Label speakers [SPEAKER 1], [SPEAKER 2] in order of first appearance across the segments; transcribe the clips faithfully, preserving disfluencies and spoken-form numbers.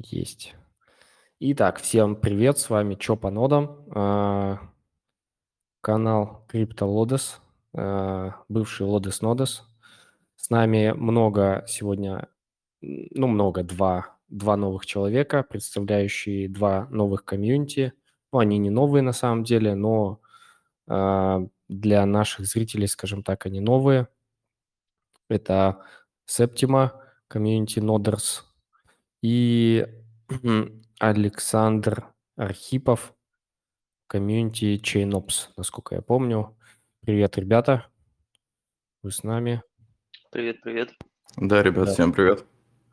[SPEAKER 1] Есть. Итак, всем привет, с вами Чё по нодам, а, канал CryptoLodes, а, бывший Lodes Nodes. С нами много сегодня, м, ну много, два, два новых человека, представляющие два новых комьюнити. Ну, они не новые на самом деле, но а, для наших зрителей, скажем так, они новые. Это Septima, комьюнити Noders, и Александр Архипов, комьюнити ChainOps, насколько я помню. Привет, ребята, вы с нами?
[SPEAKER 2] Привет, привет.
[SPEAKER 3] Да, ребят,
[SPEAKER 1] Да.
[SPEAKER 3] всем привет.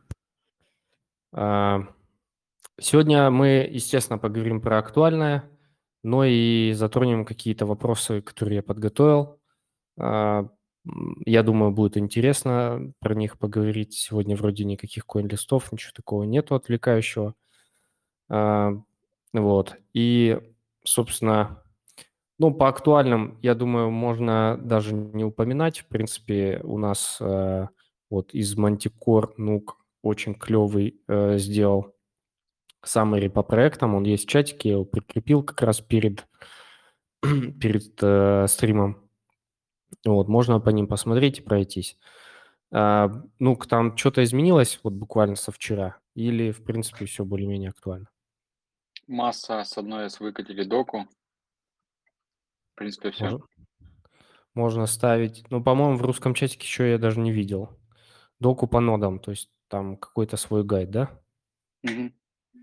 [SPEAKER 1] А, Сегодня мы, естественно, поговорим про актуальное, но и затронем какие-то вопросы, которые я подготовил. А, м, Я думаю, будет интересно про них поговорить. Сегодня вроде никаких коин-листов, ничего такого нету отвлекающего. А, Вот. И, собственно, ну, по актуальным, я думаю, можно даже не упоминать. В принципе, у нас э, вот из Manticore Нук очень клевый э, сделал summary по проектам. Он есть в чатике, я его прикрепил как раз перед, перед э, стримом. Вот, можно по ним посмотреть и пройтись. А, ну, там что-то изменилось вот буквально со вчера? Или, в принципе, все более-менее актуально?
[SPEAKER 2] Масса с одной эс выкатили доку. В принципе, все.
[SPEAKER 1] Можно, можно ставить... Ну, по-моему, в русском чатике еще я даже не видел. Доку по нодам, то есть там какой-то свой гайд, да?
[SPEAKER 2] Мгм.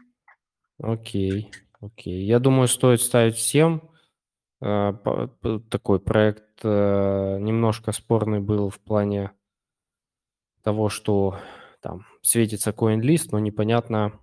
[SPEAKER 1] Окей, окей. Я думаю, стоит ставить всем. Э, по- п- Такой проект э, немножко спорный был в плане того, что там светится CoinList, но непонятно,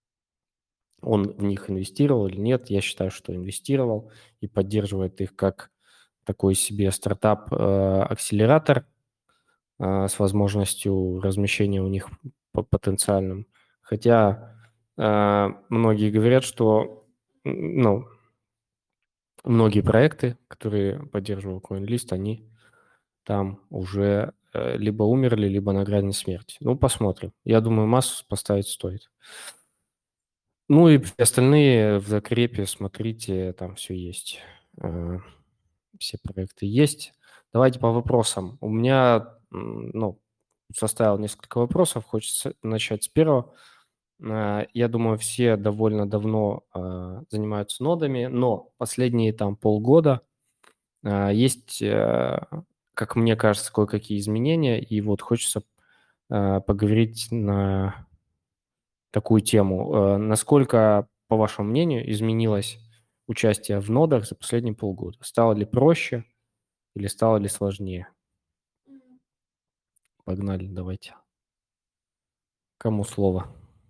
[SPEAKER 1] он в них инвестировал или нет. Я считаю, что инвестировал и поддерживает их как такой себе стартап-акселератор э, с возможностью размещения у них по потенциальным. Хотя э, многие говорят, что м, ну, многие проекты, которые поддерживал CoinList, они там уже э, либо умерли, либо на грани смерти. Ну, посмотрим. Я думаю, массу поставить стоит. Ну и остальные в закрепе, смотрите, там все есть. Э, Все проекты есть. Давайте по вопросам. У меня, м, ну, составил несколько вопросов. Хочется начать с первого. Э, Я думаю, все довольно давно э, занимаются нодами, но последние там полгода а, есть, э, как мне кажется, кое-какие изменения, и вот хочется э, поговорить на такую тему. Э, Насколько, по вашему мнению, изменилось участие в нодах за последние полгода? Стало ли проще или стало ли сложнее? Погнали, давайте. Кому слово?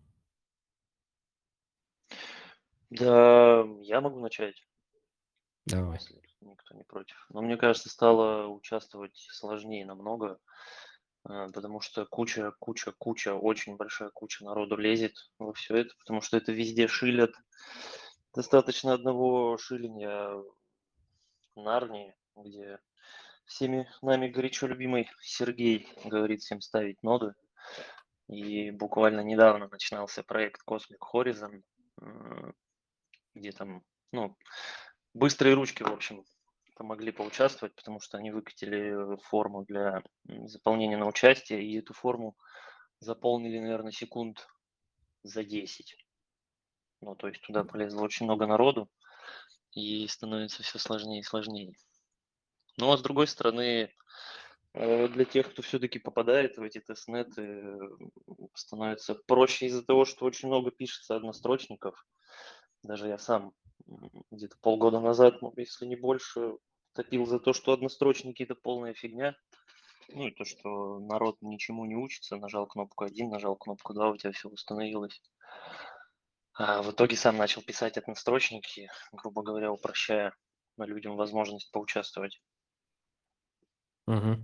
[SPEAKER 2] Да, я могу начать,
[SPEAKER 1] Давай.
[SPEAKER 2] если никто не против. Но мне кажется, стало участвовать сложнее намного, э, потому что куча, куча, куча, очень большая куча народу лезет во все это, потому что это везде шилят. Достаточно одного шиления Нарнии, где всеми нами горячо любимый Сергей говорит всем ставить ноды. И буквально недавно начинался проект Cosmic Horizon, м, где там, ну, быстрые ручки, в общем, помогли поучаствовать, потому что они выкатили форму для м, заполнения на участие, и эту форму заполнили, наверное, секунд за десять. Ну, то есть туда полезло очень много народу, и становится все сложнее и сложнее. Ну, а с другой стороны, э, для тех, кто все-таки попадает в эти тестнеты, э, становится проще из-за того, что очень много пишется однострочников. Даже я сам м, где-то полгода назад, ну, если не больше, топил за то, что однострочники это полная фигня. Ну и то, что народ ничему не учится, нажал кнопку один, нажал кнопку два, у тебя все установилось. А в итоге сам начал писать однострочники, грубо говоря, упрощая людям возможность поучаствовать.
[SPEAKER 1] Мгм.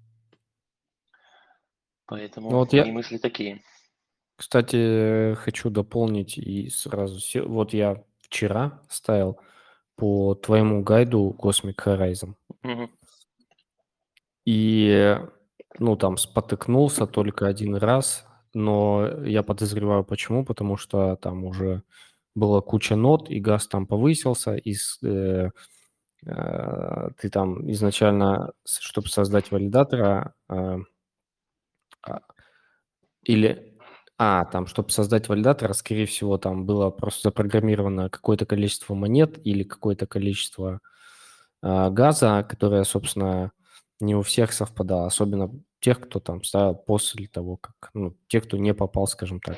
[SPEAKER 1] Ну
[SPEAKER 2] Поэтому
[SPEAKER 1] вот
[SPEAKER 2] мои
[SPEAKER 1] я,
[SPEAKER 2] мысли такие.
[SPEAKER 1] кстати, хочу дополнить и сразу... се- Вот я вчера ставил по твоему гайду Cosmic Horizon.
[SPEAKER 2] Мгм.
[SPEAKER 1] И, ну, там спотыкнулся только один раз. но я подозреваю, почему, потому что там уже была куча нод, и газ там повысился, и с- э, э, ты там изначально, чтобы создать валидатора, э, а, или... А, там, чтобы создать валидатора, скорее всего, там было просто запрограммировано какое-то количество монет или какое-то количество а, газа, которое, собственно, не у всех совпадало, особенно тех, кто там ставил после того, как, ну, те, кто не попал, скажем так,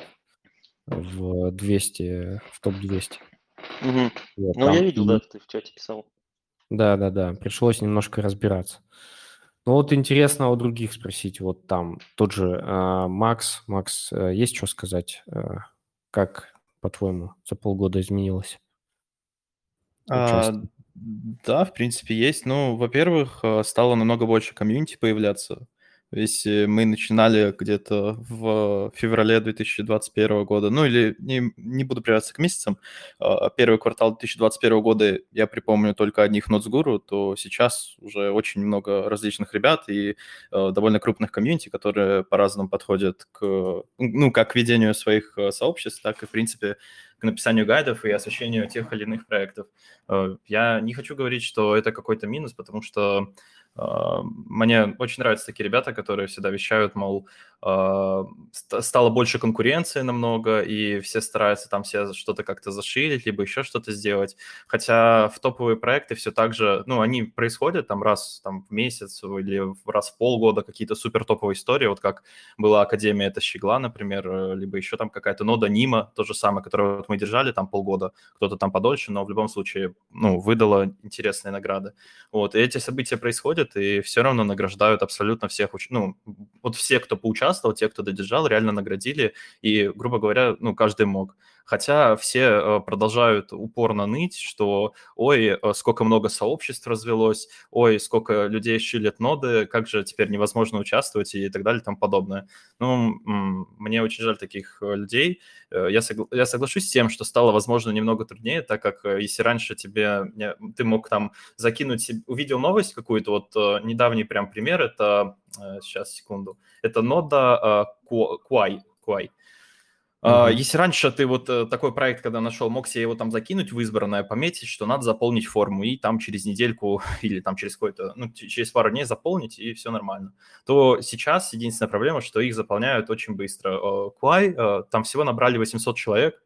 [SPEAKER 1] в двести, в топ двести.
[SPEAKER 2] Мгм.
[SPEAKER 1] Вот,
[SPEAKER 2] Ну, я
[SPEAKER 1] там
[SPEAKER 2] видел, да,
[SPEAKER 1] и
[SPEAKER 2] ты в чате писал.
[SPEAKER 1] да-да-да, пришлось немножко разбираться. Ну вот интересно у других спросить, вот там тот же а, Макс, Макс, э, есть что сказать, э, как, по-твоему, за полгода изменилось
[SPEAKER 3] А,
[SPEAKER 1] участие?
[SPEAKER 3] да, в принципе, есть. Ну, во-первых, э, стало намного больше комьюнити появляться. Если мы начинали где-то в феврале две тысячи двадцать первого года, ну или не, не буду привязываться к месяцам, а, первый квартал две тысячи двадцать первого года я припомню только одних Нотсгуру, то сейчас уже очень много различных ребят и э, довольно крупных комьюнити, которые по-разному подходят к, ну, как к ведению своих э, сообществ, так и, в принципе, к написанию гайдов и освещению тех или иных проектов. Э, Я не хочу говорить, что это какой-то минус, потому что э, мне очень нравятся такие ребята, которые всегда вещают, мол, э, ст- стало больше конкуренции намного, и все стараются там все что-то как-то зашилить, либо еще что-то сделать. Хотя в топовые проекты все так же, ну, они происходят там раз там, в месяц или в- раз в полгода, какие-то супер топовые истории, вот как была Академия это Щегла, например, э, либо еще там какая-то нода Нима, то же самое, которую вот мы держали там полгода, кто-то там подольше, но в любом случае, ну, выдала интересные награды. Вот, и эти события происходят, и все равно награждают абсолютно всех, уч- ну, вот все, кто поучаствовал, те, кто додержал, реально наградили, и, грубо говоря, ну, каждый мог. Хотя все э, продолжают упорно ныть, что, ой, э, сколько много сообществ развелось, ой, сколько людей щилят ноды, как же теперь невозможно участвовать и так далее и тому подобное. Ну, м, мне очень жаль таких э, людей. Э, Я, согла- я соглашусь с тем, что стало, возможно, немного труднее, так как э, если раньше тебе не- ты мог там закинуть, себе- увидел новость какую-то, вот э, недавний прям пример, это, э, сейчас, секунду, это нода э, Ку- Куай, Куай. А,
[SPEAKER 1] Мгм.
[SPEAKER 3] Если раньше ты вот э, такой проект, когда нашел, мог себе его там закинуть в избранное, пометить, что надо заполнить форму, и там через недельку или там через какой-то, ну, ч- через пару дней заполнить, и все нормально, то сейчас единственная проблема, что их заполняют очень быстро. Э, Куай, э, там всего набрали восемьсот человек,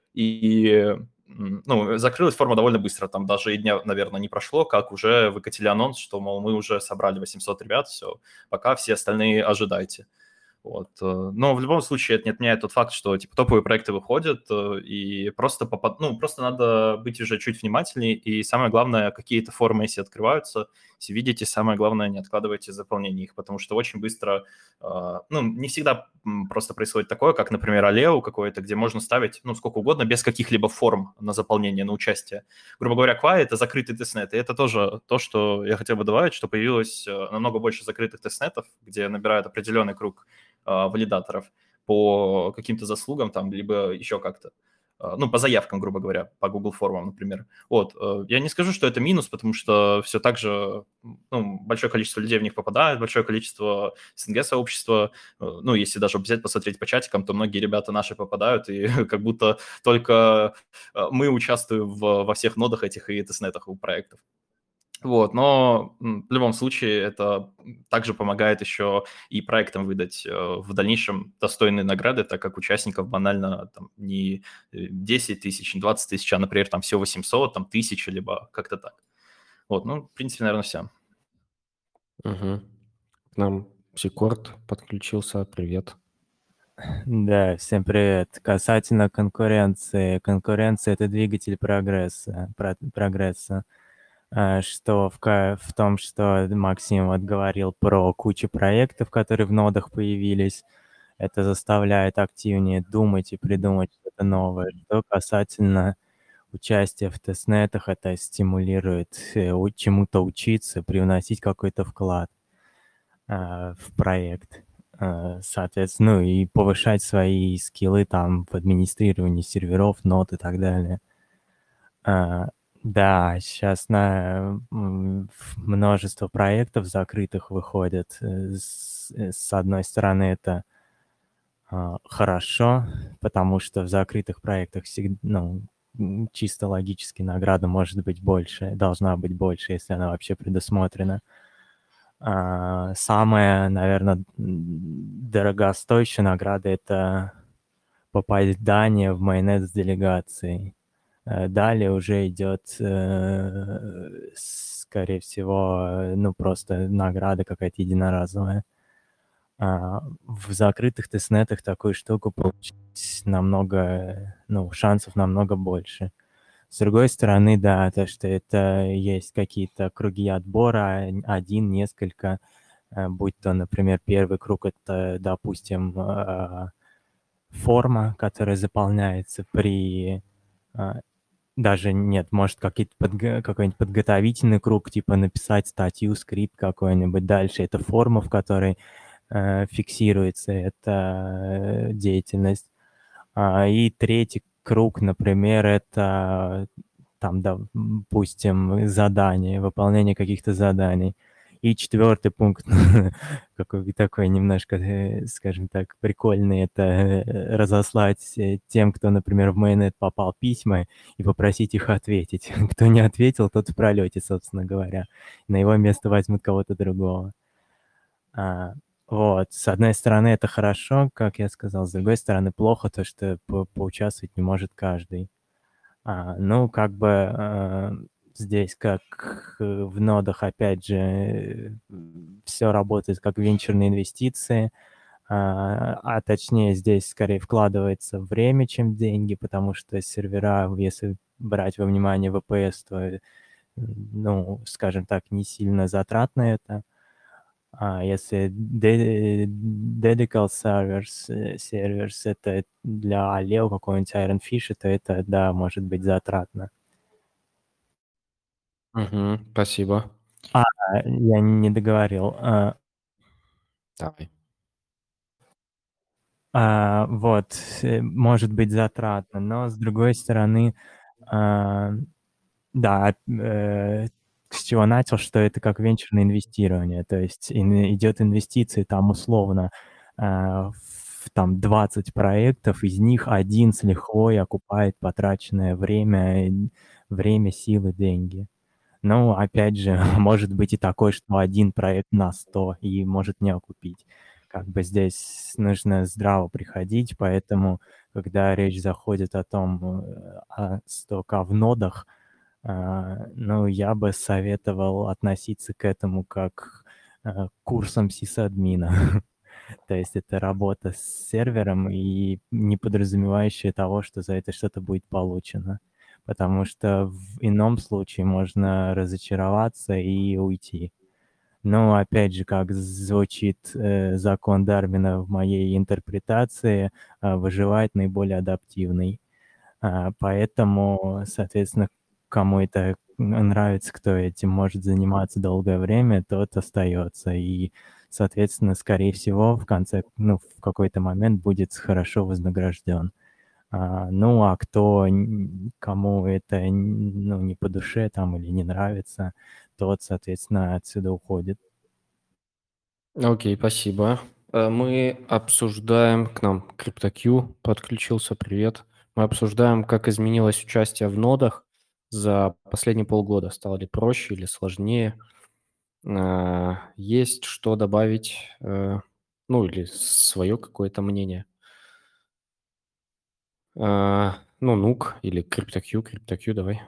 [SPEAKER 3] и м, ну, закрылась форма довольно быстро, там даже и дня, наверное, не прошло, как уже выкатили анонс, что, мол, мы уже собрали восемьсот ребят, все, пока все остальные ожидайте. Вот. э, Но в любом случае это не отменяет тот факт, что типа топовые проекты выходят, э, и просто, попад... ну, просто надо быть уже чуть внимательнее, и самое главное, какие-то формы, если открываются, если видите, самое главное, не откладывайте заполнение их, потому что очень быстро, э, ну, не всегда м, просто происходит такое, как, например, Алео какое-то, где можно ставить, ну, сколько угодно, без каких-либо форм на заполнение, на участие. Грубо говоря, Квай — это закрытый тестнет, и это тоже то, что я хотел бы добавить, что появилось э, намного больше закрытых тестнетов, где набирают определенный круг а, валидаторов по каким-то заслугам там, либо еще как-то. А, Ну, по заявкам, грубо говоря, по Google формам, например. Вот. э, Я не скажу, что это минус, потому что все так же, ну, большое количество людей в них попадает, большое количество СНГ-сообщества. э, Ну, если даже взять, посмотреть по чатикам, то многие ребята наши попадают, и как будто только э, мы участвуем в, во всех нодах этих и тестнетах у проектов. Вот, но м, в любом случае это также помогает еще и проектам выдать э, в дальнейшем достойные награды, так как участников банально там не э, десять тысяч, не двадцать тысяч, а, например, там всего восемьсот, там тысяча, либо как-то так. Вот, ну, в принципе, наверное, все.
[SPEAKER 1] Мгм. К нам Сикорд подключился, привет.
[SPEAKER 4] Да, всем привет. Касательно конкуренции. Конкуренция — это двигатель прогресса, про- прогресса. А, Что в, ка- в том, что Максим вот говорил про кучу проектов, которые в нодах появились, это заставляет активнее думать и придумать что-то новое. Что касательно участия в тестнетах, это стимулирует э, у- чему-то учиться, привносить какой-то вклад а, в проект. А, Соответственно, ну и повышать свои скиллы там в администрировании серверов, нод и так далее. А, Да, сейчас на м, в- множество проектов закрытых выходят. Э, С, э, с одной стороны, это а, хорошо, потому что в закрытых проектах всег- ну, м, чисто логически награда может быть больше, должна быть больше, если она вообще предусмотрена. А, самая, наверное, дорогостоящая награда — это попадание в майонез с делегацией. Э, Далее уже идет, э, скорее всего, э, ну, просто награда какая-то единоразовая. А, в закрытых тестнетах такую штуку получить намного, ну, шансов намного больше. С другой стороны, да, то, что это есть какие-то круги отбора, н- один, несколько, э, будь то, например, первый круг — это, допустим, а, форма, которая заполняется при... а, Даже нет, может, какие-то подго- какой-нибудь подготовительный круг, типа написать статью, скрипт какой-нибудь. Дальше это форма, в которой э, фиксируется эта э, деятельность. А, и третий круг, например, это там, допустим, задание, выполнение каких-то заданий. И четвертый пункт, какой такой немножко, э, скажем так, прикольный, это э, разослать э, тем, кто, например, в майонет попал, письма и попросить их ответить. Кто не ответил, тот в пролете, собственно говоря. На его место возьмут кого-то другого. А, вот, с одной стороны, это хорошо, как я сказал, с другой стороны, плохо то, что по- поучаствовать не может каждый. А, ну, как бы э, здесь, как э, в нодах, опять же, все работает как венчурные инвестиции, а, а точнее здесь скорее вкладывается время, чем деньги, потому что сервера, если брать во внимание ви пи эс, то, э, ну, скажем так, не сильно затратно это. А если de- dedical servers, э, servers это для Aleo какой-нибудь Iron Fish, то это, да, может быть затратно.
[SPEAKER 1] Мгм. Спасибо.
[SPEAKER 4] А, я не договорил. А,
[SPEAKER 1] Давай.
[SPEAKER 4] а, вот, э, может быть затратно, но с другой стороны, а, да, э, с чего начал, что это как венчурное инвестирование, то есть ин- идет инвестиции там условно а, в там двадцать проектов, из них один с лихвой окупает потраченное время, и- время, силы, деньги. Ну, опять же, может быть и такой, что один проект на сто и может не окупить. Как бы здесь нужно здраво приходить, поэтому, когда речь заходит о том, э, о сто ка в нодах, а, ну, я бы советовал относиться к этому как э, к курсам сисадмина. То есть это работа с сервером и не подразумевающая того, что за это что-то будет получено. Потому что в ином случае можно разочароваться и уйти. Но опять же, как звучит э, закон Дарвина в моей интерпретации, э, выживает наиболее адаптивный. А, поэтому, соответственно, кому это нравится, кто этим может заниматься долгое время, тот остается. И, соответственно, скорее всего, в конце, ну, в какой-то момент будет хорошо вознагражден. А, ну, а кто, н- кому это, н- ну, не по душе там или не нравится, тот, соответственно, отсюда уходит.
[SPEAKER 1] Окей, спасибо. Э, Мы обсуждаем, к нам CryptoQ подключился, привет. Мы обсуждаем, как изменилось участие в нодах за последние полгода. Стало ли проще или сложнее? Э, Есть что добавить, э, ну или свое какое-то мнение? Э, Ну, Нук или CryptoQ, CryptoQ, давай.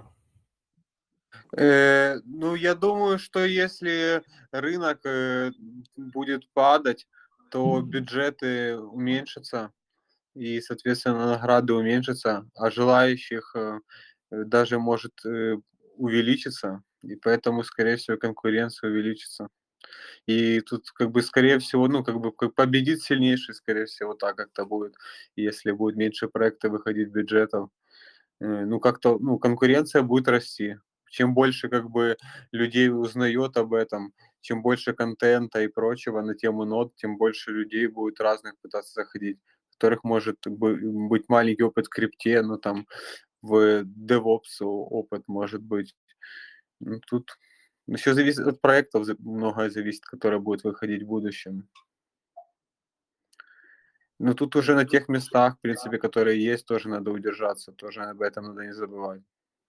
[SPEAKER 5] Э, ну, я думаю, что если рынок э, будет падать, то бюджеты уменьшатся, и, соответственно, награды уменьшатся, а желающих э, э, даже может э, увеличиться, и поэтому, скорее всего, конкуренция увеличится. И тут, как бы, скорее всего, ну, как бы, как победит сильнейший, скорее всего, так как-то будет, если будет меньше проектов выходить бюджетов. Э, ну, как-то, ну, конкуренция будет расти. Чем больше, как бы, людей узнает об этом, чем больше контента и прочего на тему нод, тем больше людей будет разных пытаться заходить, у которых может бы быть маленький опыт в крипте, но там в DevOps опыт может быть. Ну, тут все зависит от проектов, за- многое зависит, которые будут выходить в будущем. Но тут уже на тех местах, в принципе, которые есть, тоже надо удержаться, тоже об этом надо не забывать.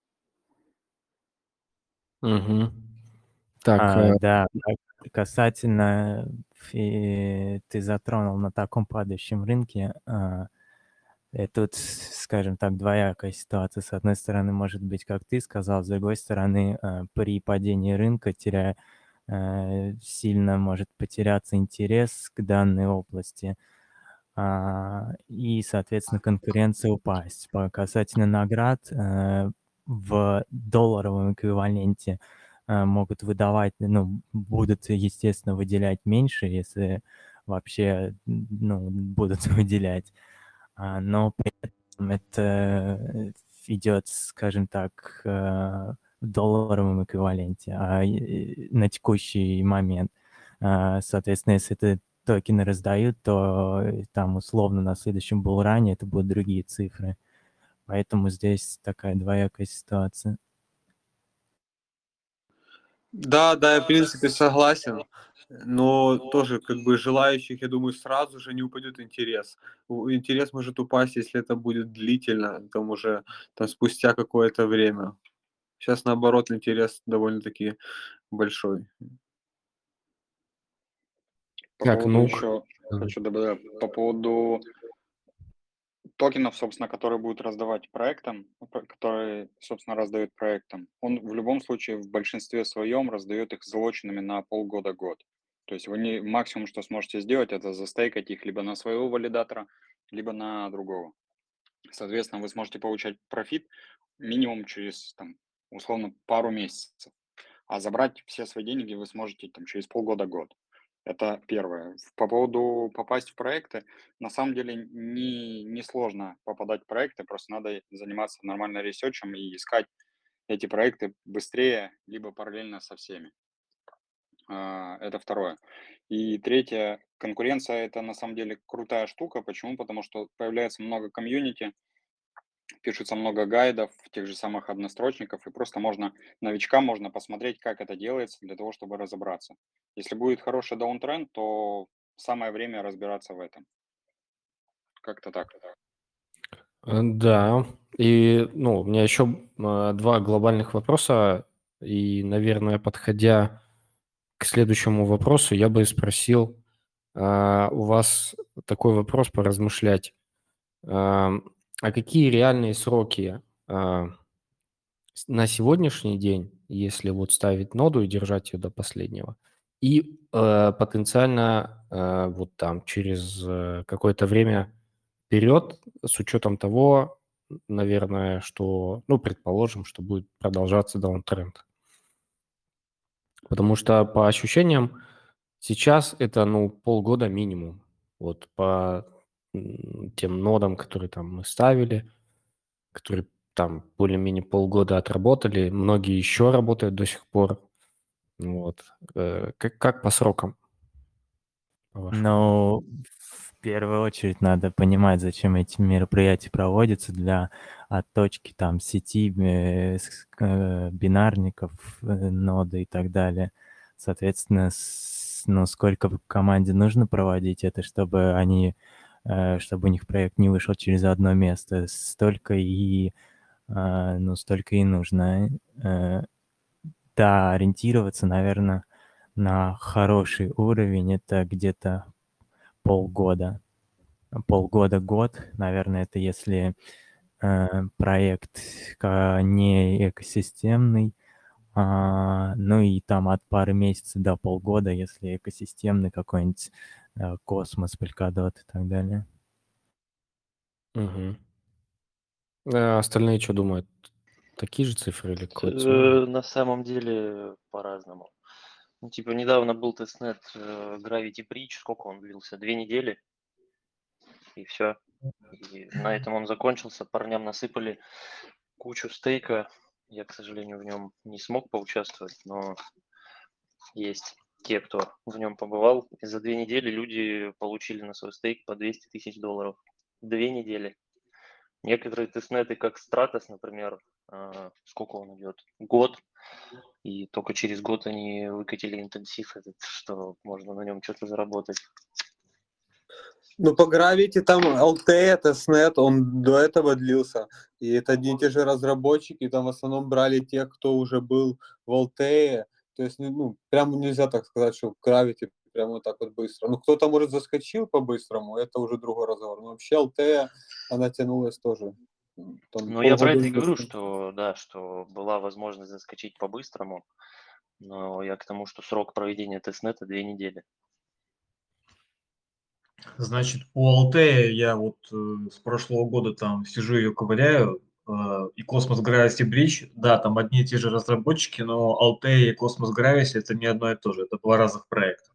[SPEAKER 1] Мгм. Так,
[SPEAKER 4] А,
[SPEAKER 1] э,
[SPEAKER 4] да, а касательно, фи- ты затронул на таком падающем рынке, а, э, тут, скажем так, двоякая ситуация. С одной стороны, может быть, как ты сказал, с другой стороны, а, при падении рынка теряя, э, сильно может потеряться интерес к данной области, а, и, соответственно, конкуренция упасть. По касательно наград, э, в долларовом эквиваленте, э, могут выдавать, ну, будут, естественно, выделять меньше, если вообще, н ну, будут выделять. А, но при этом это, э, идет, скажем так, э, в долларовом эквиваленте, а, и на текущий момент. А, соответственно, если это токены раздают, то, э, там условно на следующем булране это будут другие цифры. Поэтому здесь такая двоякая ситуация.
[SPEAKER 5] Да, да, я в принципе согласен, но тоже как бы желающих, я думаю, сразу же не упадет интерес. У- Интерес может упасть, если это будет длительно, там уже там, спустя какое-то время. Сейчас наоборот интерес довольно-таки большой.
[SPEAKER 6] По
[SPEAKER 1] так,
[SPEAKER 6] поводу
[SPEAKER 1] Нук.
[SPEAKER 6] еще
[SPEAKER 1] Давай.
[SPEAKER 6] хочу добавить, по поводу токенов, собственно, которые будут раздавать проектам, ну, п- которые, собственно, раздают проектам, он в любом случае в большинстве своем раздает их залоченными на полгода-год. То есть вы не, максимум, что сможете сделать, это застейкать их либо на своего валидатора, либо на другого. Соответственно, вы сможете получать профит минимум через, там, условно, пару месяцев. А забрать все свои деньги вы сможете там, через полгода-год. Это первое. По поводу попасть в проекты, на самом деле не, не сложно попадать в проекты, просто надо заниматься нормально ресерчем и искать эти проекты быстрее, либо параллельно со всеми. А, Это второе. И третье, конкуренция это на самом деле крутая штука. Почему? Потому что появляется много комьюнити, пишется много гайдов, тех же самых однострочников, и просто можно, новичкам можно посмотреть, как это делается, для того, чтобы разобраться. Если будет хороший даунтренд, то самое время разбираться в этом. Как-то так.
[SPEAKER 1] Э, Да, и, ну, у меня еще э, два глобальных вопроса, и, наверное, подходя к следующему вопросу, я бы спросил а, у вас такой вопрос поразмышлять. Ам, А какие реальные сроки а, с- на сегодняшний день, если вот ставить ноду и держать ее до последнего, и э, потенциально э, вот там через э, какое-то время вперед, с учетом того, наверное, что, ну, предположим, что будет продолжаться даунтренд. Потому что по ощущениям сейчас это, ну, полгода минимум. Вот по м, тем нодам, которые там мы ставили, которые там более-менее полгода отработали, многие еще работают до сих пор. Вот. Э, Как, как по срокам, по-вашему?
[SPEAKER 4] Но в первую очередь надо понимать, зачем эти мероприятия проводятся для отточки там сети, э, с- э, бинарников, э, ноды и так далее. Соответственно, с- ну, сколько в команде нужно проводить это, чтобы они, э, чтобы у них проект не вышел через одно место, столько и, а, ну, столько и нужно. Э, Да, ориентироваться, наверное, на хороший уровень- это где-то полгода. Полгода-год, наверное, это если, э, проект ка не экосистемный, а, ну и там от пары месяцев до полгода, если экосистемный какой-нибудь, э, Космос, Polkadot и так далее.
[SPEAKER 1] Мгм. А остальные что думают? Такие же цифры или какой-то
[SPEAKER 2] Э,
[SPEAKER 1] свой?
[SPEAKER 2] На самом деле по-разному. Ну, типа, недавно был тестнет э, Gravity Bridge, сколько он длился? Две недели, и все. И на этом он закончился. Парням насыпали кучу стейка. Я, к сожалению, в нем не смог поучаствовать, но есть те, кто в нем побывал. И за две недели люди получили на свой стейк по двести тысяч долларов. Две недели. Некоторые тестнеты, как Stratos, например, э, сколько он идет? Год. И только через год они выкатили интенсив этот, что можно на нем что-то заработать.
[SPEAKER 5] Ну, по Gravity там эл ти, Testnet, он до этого длился. И это одни и те же разработчики, там в основном брали тех, кто уже был в эл ти. То есть, ну, прям нельзя так сказать, что в Gravity прям вот так вот быстро. Ну, кто-то, может, заскочил по-быстрому, это уже другой разговор. Но вообще эл ти, она тянулась тоже. Там
[SPEAKER 2] Ну, я про это
[SPEAKER 5] полгода
[SPEAKER 2] и говорю,
[SPEAKER 5] с-
[SPEAKER 2] что да, что была возможность заскочить по-быстрому, но я к тому, что срок проведения тестнета две недели.
[SPEAKER 7] Значит, по Алтее я вот э, с прошлого года там сижу ее ковыряю, э, и Cosmos Gravity Bridge, да, там одни и те же разработчики, но Altea и Cosmos Gravity это не одно и то же, это два разных проекта.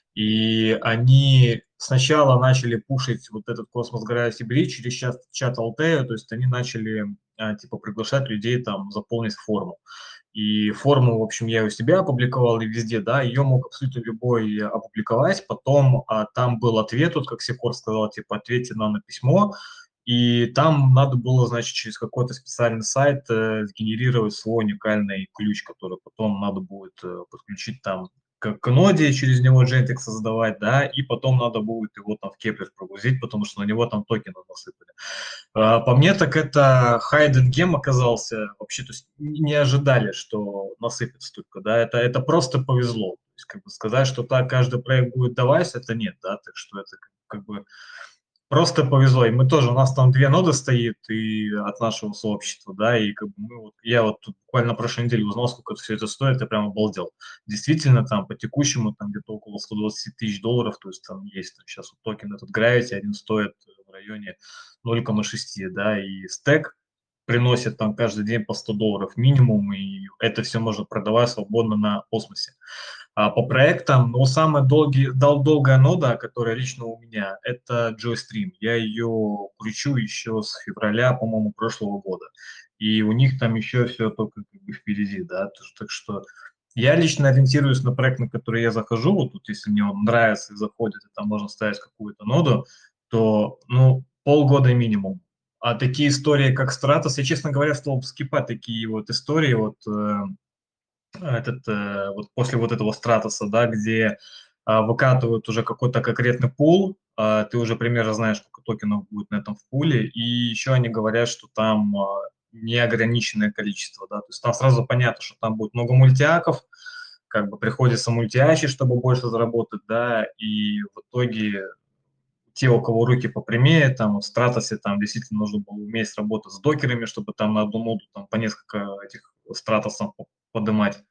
[SPEAKER 7] И они сначала начали пушить вот этот Cosmos Gravity Bridge через чат, чат Altea, то есть они начали а, типа приглашать людей там заполнить форму. И форму, в общем, я у себя опубликовал и везде, да, ее мог абсолютно любой опубликовать. Потом а, там был ответ, вот как Секор сказал, типа, ответьте нам на письмо. И там надо было, значит, через какой-то специальный сайт э, сгенерировать свой уникальный ключ, который потом надо будет э, подключить там к, к ноде, через него Gentex создавать, да, и потом надо будет его там в Кеплер прогрузить, потому что на него там токены насыпали. А, По мне, так это Хайден Гем оказался вообще, то есть не ожидали, что насыпет столько, да, это, это просто повезло. То есть, как бы сказать, что так каждый проект будет давать, это нет, да, так что это как, как бы просто повезло. И мы тоже, у нас там две ноды стоит и от нашего сообщества, да, и как бы мы вот, я вот тут буквально на прошлой неделе узнал, сколько все это стоит, я прям обалдел. Действительно, там по текущему там где-то около сто двадцать тысяч долларов, то есть там есть там, сейчас вот токен этот Gravity, один стоит в районе ноль целых шесть, да, и стек приносит там каждый день по сто долларов минимум, и это все можно продавать свободно на космосе. А по проектам, ну, самая долгий, дол, долгая нода, которая лично у меня, это Joystream. Я ее кручу еще с февраля, по-моему, прошлого года. И у них там еще все только как бы впереди, да. Так, так что я лично ориентируюсь на проект, на который я захожу. Вот тут, если мне он нравится и заходит, и там можно ставить какую-то ноду, то, ну, полгода минимум. А такие истории, как Stratos, я, честно говоря, стал скипать такие вот истории, вот э, этот, э, вот после вот этого стратоса, да, где а, выкатывают уже какой-то конкретный пул, а, ты уже примерно знаешь, сколько токенов будет на этом в пуле, и еще они говорят, что там а, неограниченное количество, да, то есть там сразу понятно, что там будет много мультиаков, как бы приходится мультиачить, чтобы больше заработать, да, и в итоге те, у кого руки попрямее, там в Стратосе там действительно нужно было уметь работать с докерами, чтобы там на одну ноду там по несколько этих Стратосов поднимать.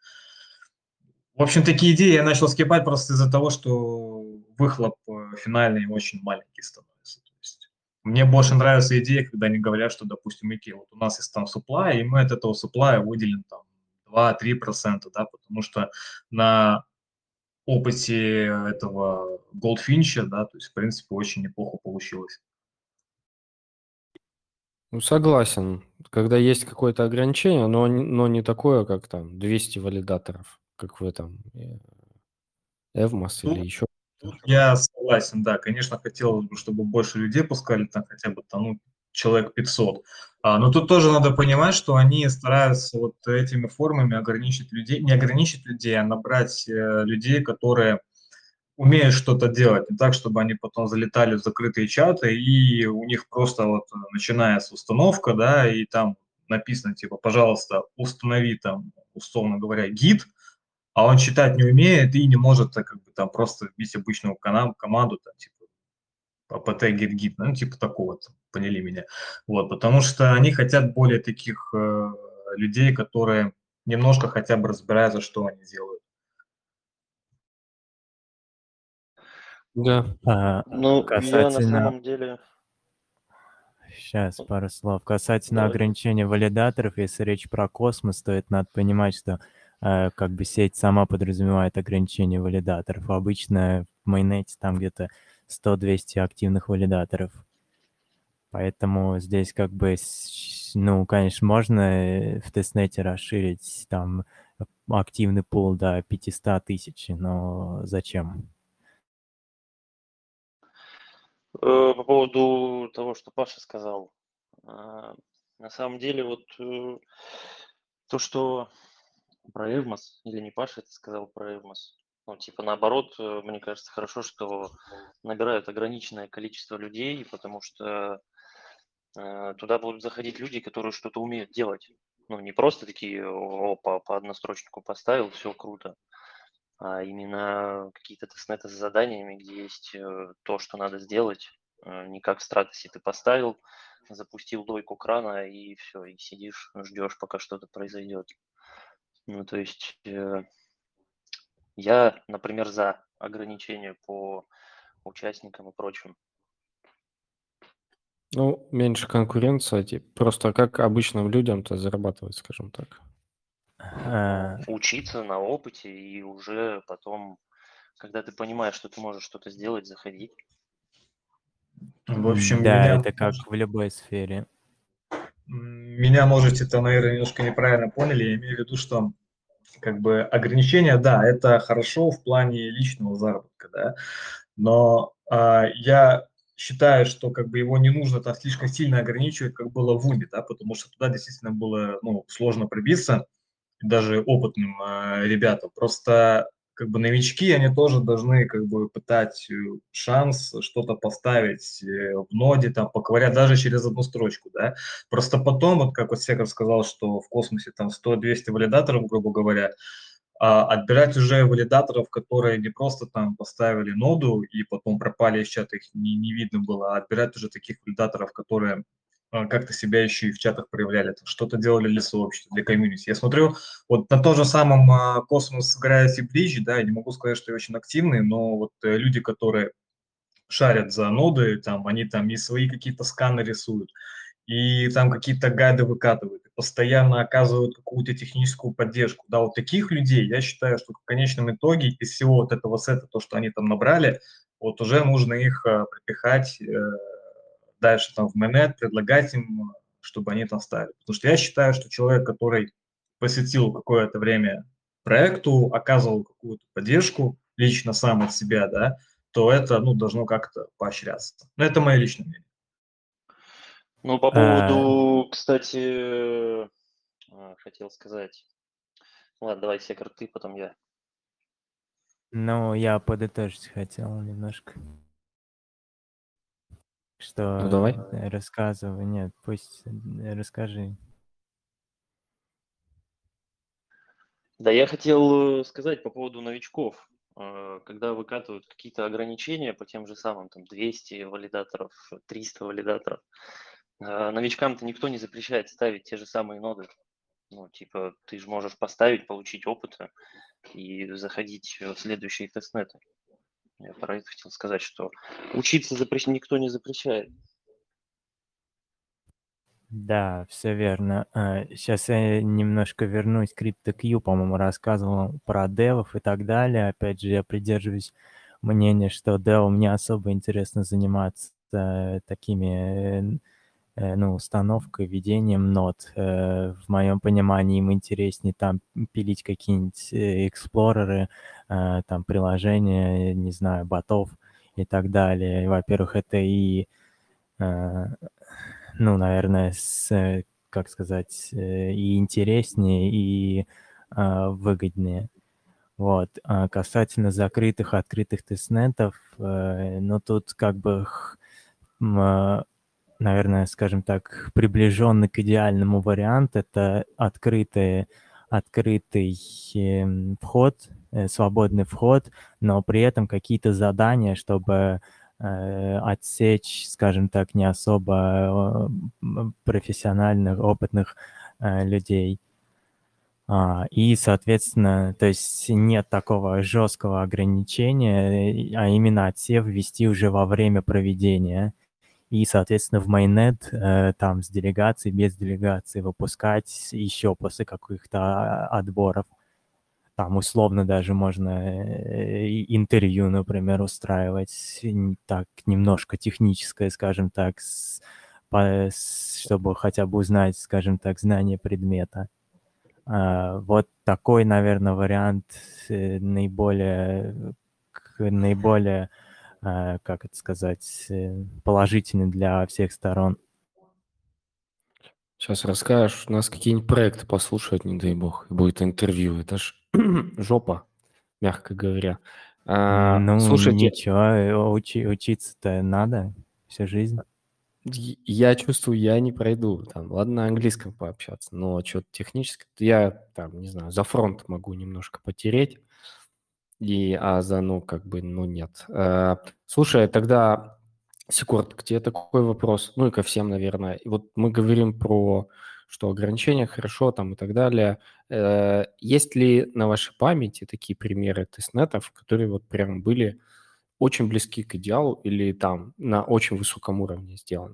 [SPEAKER 7] В общем, такие идеи я начал скипать просто из-за того, что выхлоп э, финальный очень маленький становится. То есть мне больше нравится идея, когда они говорят, что, допустим, окей, вот у нас есть там supply, и мы от этого supply выделим там два-три процента, да, потому что на опыте этого Goldfinch, да, то есть, в принципе, очень неплохо получилось.
[SPEAKER 1] Ну, согласен. Когда есть какое-то ограничение, но, не- но не такое, как там двести валидаторов, как в этом э, Эвмос или
[SPEAKER 7] Тут,
[SPEAKER 1] еще.
[SPEAKER 7] тут я согласен, да, конечно, хотелось бы, чтобы больше людей пускали, там хотя бы там, ну, человек пятьсот. А, но тут тоже надо понимать, что они стараются вот этими формами ограничить людей, не ограничить людей, а набрать э, людей, которые умеют что-то делать, не так, чтобы они потом залетали в закрытые чаты, и у них просто вот э, начинается установка, да, и там написано, типа, пожалуйста, установи там, условно говоря, гид, а он читать не умеет и не может так, как бы, там просто вбить обычную кана- команду, там, типа, apt get git, ну, типа такого, там, поняли меня. Вот, потому что они хотят более таких э, людей, которые немножко хотя бы разбираются, что они делают.
[SPEAKER 1] Да.
[SPEAKER 4] А,
[SPEAKER 2] Ну, я на
[SPEAKER 4] касательно...
[SPEAKER 2] самом деле...
[SPEAKER 4] Сейчас пару слов. Касательно
[SPEAKER 2] Давай.
[SPEAKER 4] ограничения валидаторов, если речь про космос, то это надо понимать, что э, как бы сеть сама подразумевает ограничение валидаторов. Обычно в майонете там где-то сто-двести активных валидаторов. Поэтому здесь как бы, с- ну, конечно, можно э, в тестнете расширить там активный пул до пятьсот тысяч, но зачем?
[SPEAKER 2] Э, По поводу того, что Паша сказал. а, На самом деле, вот э, то, что про Эвмос, или не Паша это сказал про Эвмос, Ну, типа наоборот, э, мне кажется, хорошо, что набирают ограниченное количество людей, потому что э, туда будут заходить люди, которые что-то умеют делать. Ну, не просто такие, о, по, по однострочнику поставил, все круто, а именно какие-то тестнеты с заданиями, где есть э, то, что надо сделать. Э, не как в Стратосе ты поставил, запустил дойку крана и все, и сидишь, ждешь, пока что-то произойдет. Ну, то есть э, я, например, за ограничения по участникам и прочим.
[SPEAKER 1] Ну, меньше конкуренция, типа, просто как обычным людям-то зарабатывать, скажем так.
[SPEAKER 4] А,
[SPEAKER 2] Ну, учиться на опыте и уже потом, когда ты понимаешь, что ты можешь что-то сделать, заходить.
[SPEAKER 7] В общем,
[SPEAKER 4] Да,
[SPEAKER 7] меня,
[SPEAKER 4] это как
[SPEAKER 7] может-
[SPEAKER 4] в любой сфере.
[SPEAKER 7] м, меня можете там, наверное, немножко неправильно поняли. Я имею в виду, что как бы ограничения, да, это хорошо в плане личного заработка, да, но а, я считаю, что как бы его не нужно так слишком сильно ограничивать, как было в УМИ, да, потому что туда действительно было, ну, сложно пробиться, даже опытным а, ребятам. Просто как бы новички, они тоже должны как бы пытать э, шанс что-то поставить э, в ноде, там, поковырять даже через одну строчку, да. Просто потом, вот как вот Секов сказал, что в космосе там сто-двести валидаторов, грубо говоря, а отбирать уже валидаторов, которые не просто там поставили ноду и потом пропали из чата, их не, не видно было, а отбирать уже таких валидаторов, которые а, как-то себя еще и в чатах проявляли, там, что-то делали для сообщества, для комьюнити. Я смотрю, вот на том же самом а, Cosmos Gravity Bridge, да, я не могу сказать, что я очень активный, но вот э, люди, которые шарят за ноды, там, они там и свои какие-то сканы рисуют, и там какие-то гайды выкатывают, и постоянно оказывают какую-то техническую поддержку. Да, вот таких людей, я считаю, что в конечном итоге из всего вот этого сета, то, что они там набрали, вот уже нужно их э, пропихать э, дальше там в mainnet, предлагать им, чтобы они там ставили. Потому что я считаю, что человек, который посвятил какое-то время проекту, оказывал какую-то поддержку лично сам от себя, да, то это, ну, должно как-то поощряться. Но это мое личное мнение.
[SPEAKER 2] Ну, по
[SPEAKER 4] А,
[SPEAKER 2] поводу, кстати, э, хотел сказать. Ладно, давай, Секер, ты, потом я.
[SPEAKER 4] ну, я подытожить хотел немножко. Что
[SPEAKER 1] Ну, давай.
[SPEAKER 4] э, рассказывай, нет, пусть э, расскажи.
[SPEAKER 2] Да, я хотел э, сказать по поводу новичков. Э, Когда выкатывают какие-то ограничения по тем же самым там двести валидаторов, триста валидаторов, э, новичкам-то никто не запрещает ставить те же самые ноды. Ну, типа, ты же можешь поставить, получить опыта и заходить в следующие тестнеты. Я про это хотел сказать, что учиться запрещ... никто не запрещает.
[SPEAKER 4] Да, все верно. Сейчас я немножко вернусь к CryptoQ, по-моему, рассказывал про девов и так далее. Опять же, я придерживаюсь мнения, что девом не особо интересно заниматься э, такими, э, э, ну, установкой, ведением нод. Э, В моем понимании им интереснее там пилить какие-нибудь э, эксплореры, э, там приложения, не знаю, ботов и так далее. Во-первых, это и э, ну, наверное, с, э, как сказать, э, и интереснее, и а, выгоднее. Вот. А касательно закрытых, открытых тестнетов, э, ну, тут как бы, х- м, а, наверное, скажем так, приближенный к идеальному варианту — это открытые, открытый эм, вход, э, свободный вход, но при этом какие-то задания, чтобы э, отсечь, скажем так, не особо э, м, профессиональных, опытных э, людей. А, и, соответственно, то есть нет такого жесткого ограничения, э, а именно отсев вести уже во время проведения. И, соответственно, в майонет э, там с делегацией, без делегации выпускать еще после каких-то а, отборов. Там условно даже можно э, и интервью, например, устраивать, н- так немножко техническое, скажем так, с- по- с- чтобы хотя бы узнать, скажем так, знание предмета. А, вот такой, наверное, вариант э, наиболее, к- наиболее, а, как это сказать, э, положительный для всех сторон.
[SPEAKER 1] Сейчас расскажешь, нас какие-нибудь проекты послушают, не дай бог, и будет интервью. Это ж жопа. мягко говоря. А,
[SPEAKER 4] Ну,
[SPEAKER 1] слушайте,
[SPEAKER 4] ничего, э, учи- учиться-то надо всю жизнь.
[SPEAKER 1] й- я чувствую, я не пройду. Там, ладно, на английском пообщаться, но что-то техническое, я там, не знаю, за фронт могу немножко потереть, и, а за, ну, как бы, ну, нет. Э, слушай, тогда, Секунд, к тебе такой вопрос, ну и ко всем, наверное. И вот мы говорим про, что ограничения хорошо там и так далее. Э, есть ли на вашей памяти такие примеры тестнетов, которые вот прям были очень близки к идеалу или там на очень высоком уровне сделаны?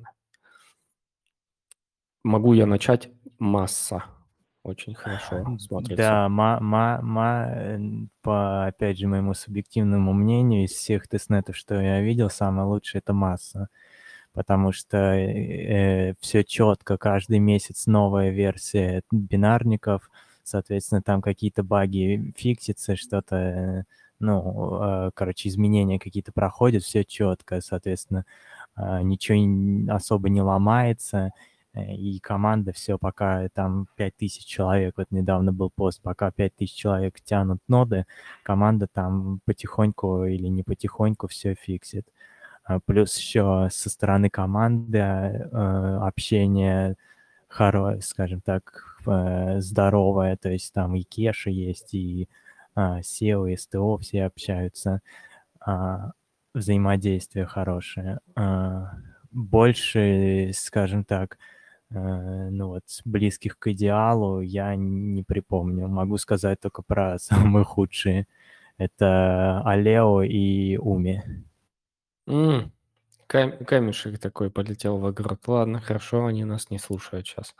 [SPEAKER 1] Могу я начать? Масса. Очень хорошо смотрится.
[SPEAKER 4] Да, ма, ма, ма, э, по, опять же, моему субъективному мнению, из всех тестнетов, что я видел, самое лучшее — это масса. Потому что э, все четко, каждый месяц новая версия бинарников, соответственно, там какие-то баги фиксятся, что-то, э, ну, э, короче, изменения какие-то проходят, все четко, соответственно, э, ничего н- особо не ломается, э, и команда все, пока там пять тысяч человек, вот недавно был пост, пока пять тысяч человек тянут ноды, команда там потихоньку или не потихоньку все фиксит. А, Плюс еще со стороны команды э, общение хоро, скажем так, э, здоровое, то есть там и Кеша есть, и а, сео, и СТО все общаются, а, взаимодействие хорошее. А, Больше, скажем так, э, ну вот, близких к идеалу я не припомню. Могу сказать только про самые худшие. Это Алео и Уми.
[SPEAKER 1] М, кам- камешек такой полетел в огород. Ладно, хорошо, они нас не слушают сейчас.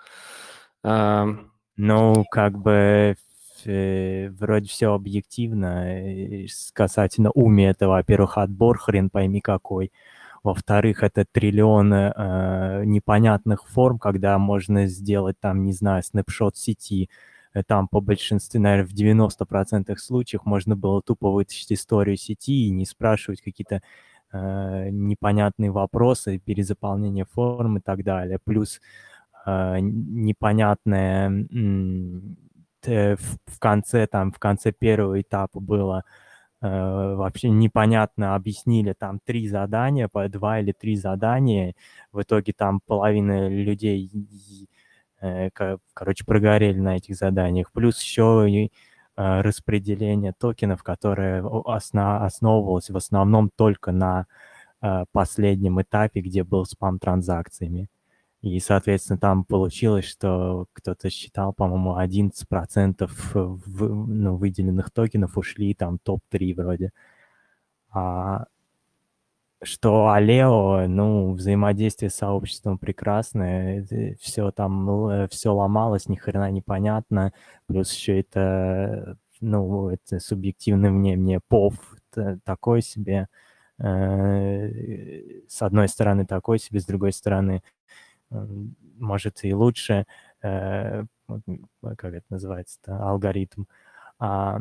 [SPEAKER 4] Ну, как бы э, вроде все объективно. э, с- Касательно уми, это, во-первых, отбор хрен пойми какой. Во-вторых, это триллионы э, непонятных форм, когда можно сделать там, не знаю, снапшот сети. Э, Там по большинству, наверное, в девяноста процентах случаев можно было тупо вытащить историю сети и не спрашивать какие-то э, непонятные вопросы, перезаполнение форм и так далее. Плюс э, непонятное м, т- в в конце, там, в конце первого этапа было э, вообще непонятно, объяснили там три задания, по два или три задания, в итоге там половина людей, и, э, ко- короче, прогорели на этих заданиях, плюс еще и э, распределение токенов, которое о- осна- основывалось в основном только на э, последнем этапе, где был спам транзакциями. И, соответственно, там получилось, что кто-то считал, по-моему, одиннадцать процентов в, ну, выделенных токенов ушли там топ три вроде. А что Алео, ну, взаимодействие с сообществом прекрасное, все там, все ломалось, ни хрена непонятно, плюс еще это, ну, это субъективное мнение, пов т- такой себе, э, с одной стороны такой себе, с другой стороны м, может и лучше, э, вот, м, как это называется-то, алгоритм. А,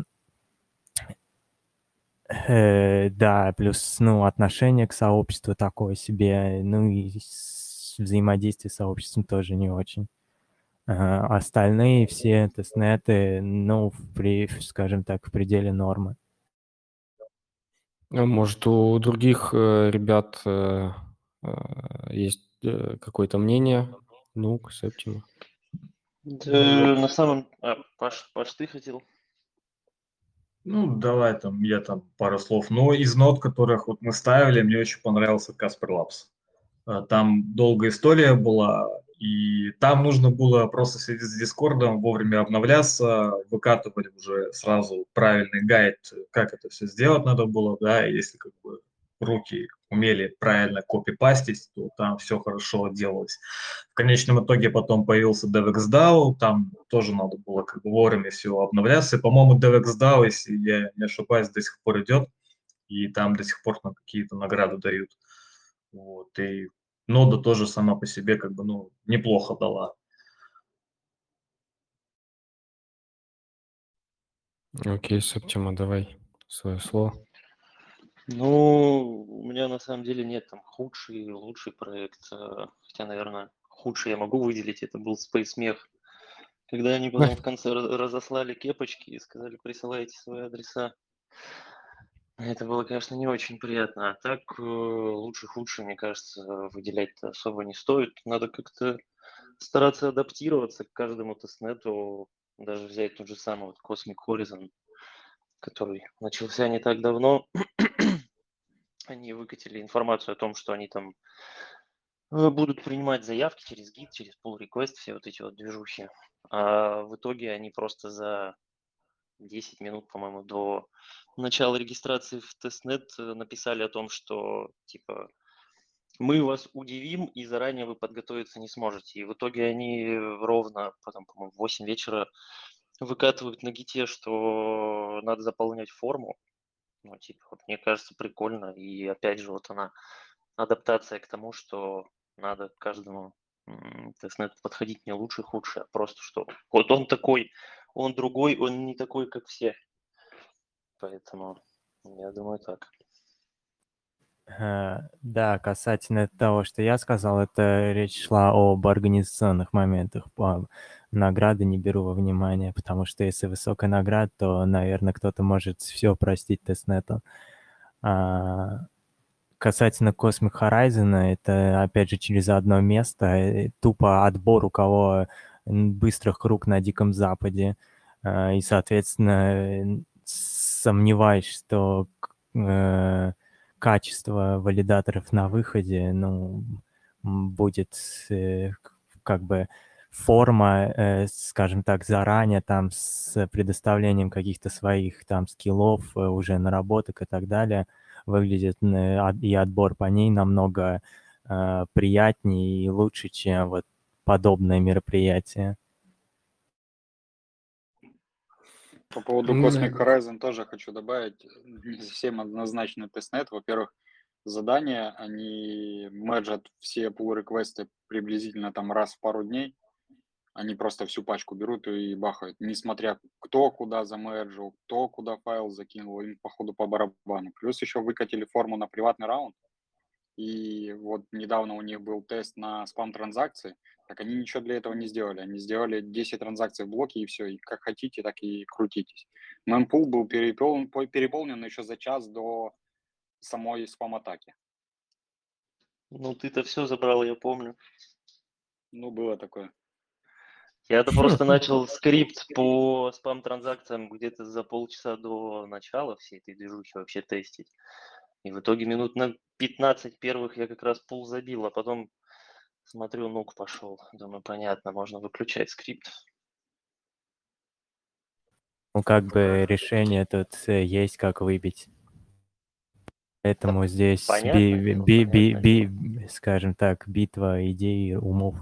[SPEAKER 4] э, да, плюс, ну, отношение к сообществу такое себе, ну и с- взаимодействие с сообществом тоже не очень. А, остальные все тестнеты, ну, в при, скажем так, в пределе нормы.
[SPEAKER 1] А может, у других э, ребят э, э, есть э, какое-то мнение? Ну, к Септиму.
[SPEAKER 7] Ну
[SPEAKER 2] Да,
[SPEAKER 7] вот,
[SPEAKER 2] на самом... А, Паш, Паш, ты хотел?
[SPEAKER 7] ну давай там, я там пару слов. Но из нот, которых вот мы ставили, мне очень понравился Casper Labs. А, Там долгая история была, и там нужно было просто следить с Дискордом, вовремя обновляться, выкатывали уже сразу правильный гайд, как это все сделать надо было, да, и если как бы руки умели правильно копипастить, то там все хорошо делалось. В конечном итоге потом появился DevXDAO, там тоже надо было как бы вовремя все обновляться. И, по-моему, DevXDAO, если я не ошибаюсь, до сих пор идет, и там до сих пор на какие-то награды дают. Вот, и нода тоже сама по себе как бы, ну, неплохо дала.
[SPEAKER 1] Окей, Септима, давай свое слово.
[SPEAKER 2] Ну, у меня на самом деле нет там худший и лучший проект. э, Хотя, наверное, худший я могу выделить, это был Space Mech. Когда они потом в конце раз- разослали кепочки и сказали, присылайте свои адреса. Это было, конечно, не очень приятно. А так, э, лучше-худше, мне кажется, выделять-то особо не стоит. Надо как-то стараться адаптироваться к каждому тестнету. Даже взять тот же самый вот Cosmic Horizon, который начался не так давно. Они выкатили информацию о том, что они там э, будут принимать заявки через гид, через pull request, все вот эти вот движухи. А в итоге они просто за десять минут, по-моему, до начала регистрации в тестнет э, написали о том, что типа мы вас удивим, и заранее вы подготовиться не сможете. И в итоге они ровно потом, по-моему, в восемь вечера выкатывают на гите, что надо заполнять форму. Ну, типа, вот мне кажется, прикольно. И опять же, вот она, адаптация к тому, что надо к каждому м, тестнету подходить не лучше, худше, а просто что вот он такой, он другой, он не такой, как все. Поэтому я думаю так.
[SPEAKER 4] Э, Да, касательно того, что я сказал, это речь шла об организационных моментах. По- Награды не беру во внимание, потому что если высокая награда, то, наверное, кто-то может все простить тестнету. А, Касательно Cosmic Horizon, это, опять же, через одно место, э, тупо отбор, у кого м, быстрых рук на Диком Западе. А, И, соответственно, э, сомневаюсь, что к- э, качество валидаторов на выходе, ну, м, будет э, к- как бы форма, э, скажем так, заранее там с предоставлением каких-то своих там скиллов, э, уже наработок и так далее, выглядит э, от- и отбор по ней намного э, приятнее и лучше, чем вот подобное мероприятие.
[SPEAKER 6] По поводу
[SPEAKER 1] М,
[SPEAKER 6] Cosmic Horizon тоже хочу добавить, не совсем однозначный тестнет. Во-первых, задания, они мерджат все pull-реквесты приблизительно там раз в пару дней. Они просто всю пачку берут и бахают, несмотря кто куда замерджил, кто куда файл закинул, им походу по барабану. Плюс еще выкатили форму на приватный раунд, и вот недавно у них был тест на спам-транзакции, так они ничего для этого не сделали. Они сделали десять транзакций в блоке, и все, и как хотите, так и крутитесь. Мемпул был переполнен, переполнен еще за час до самой спам-атаки.
[SPEAKER 2] Ну, ты-то все забрал, я помню.
[SPEAKER 6] Ну, было такое.
[SPEAKER 2] Я-то просто начал скрипт по спам-транзакциям где-то за полчаса до начала всей этой движухи вообще тестить. И в итоге минут на пятнадцать первых я как раз пул забил, а потом смотрю, нук пошел. Думаю, понятно, можно выключать скрипт.
[SPEAKER 4] Ну, как бы решение тут э, есть, как выбить. Поэтому здесь,
[SPEAKER 2] Понятное
[SPEAKER 4] би,
[SPEAKER 2] дело,
[SPEAKER 4] би, би,
[SPEAKER 2] понятное
[SPEAKER 4] би- скажем так, битва идей и умов.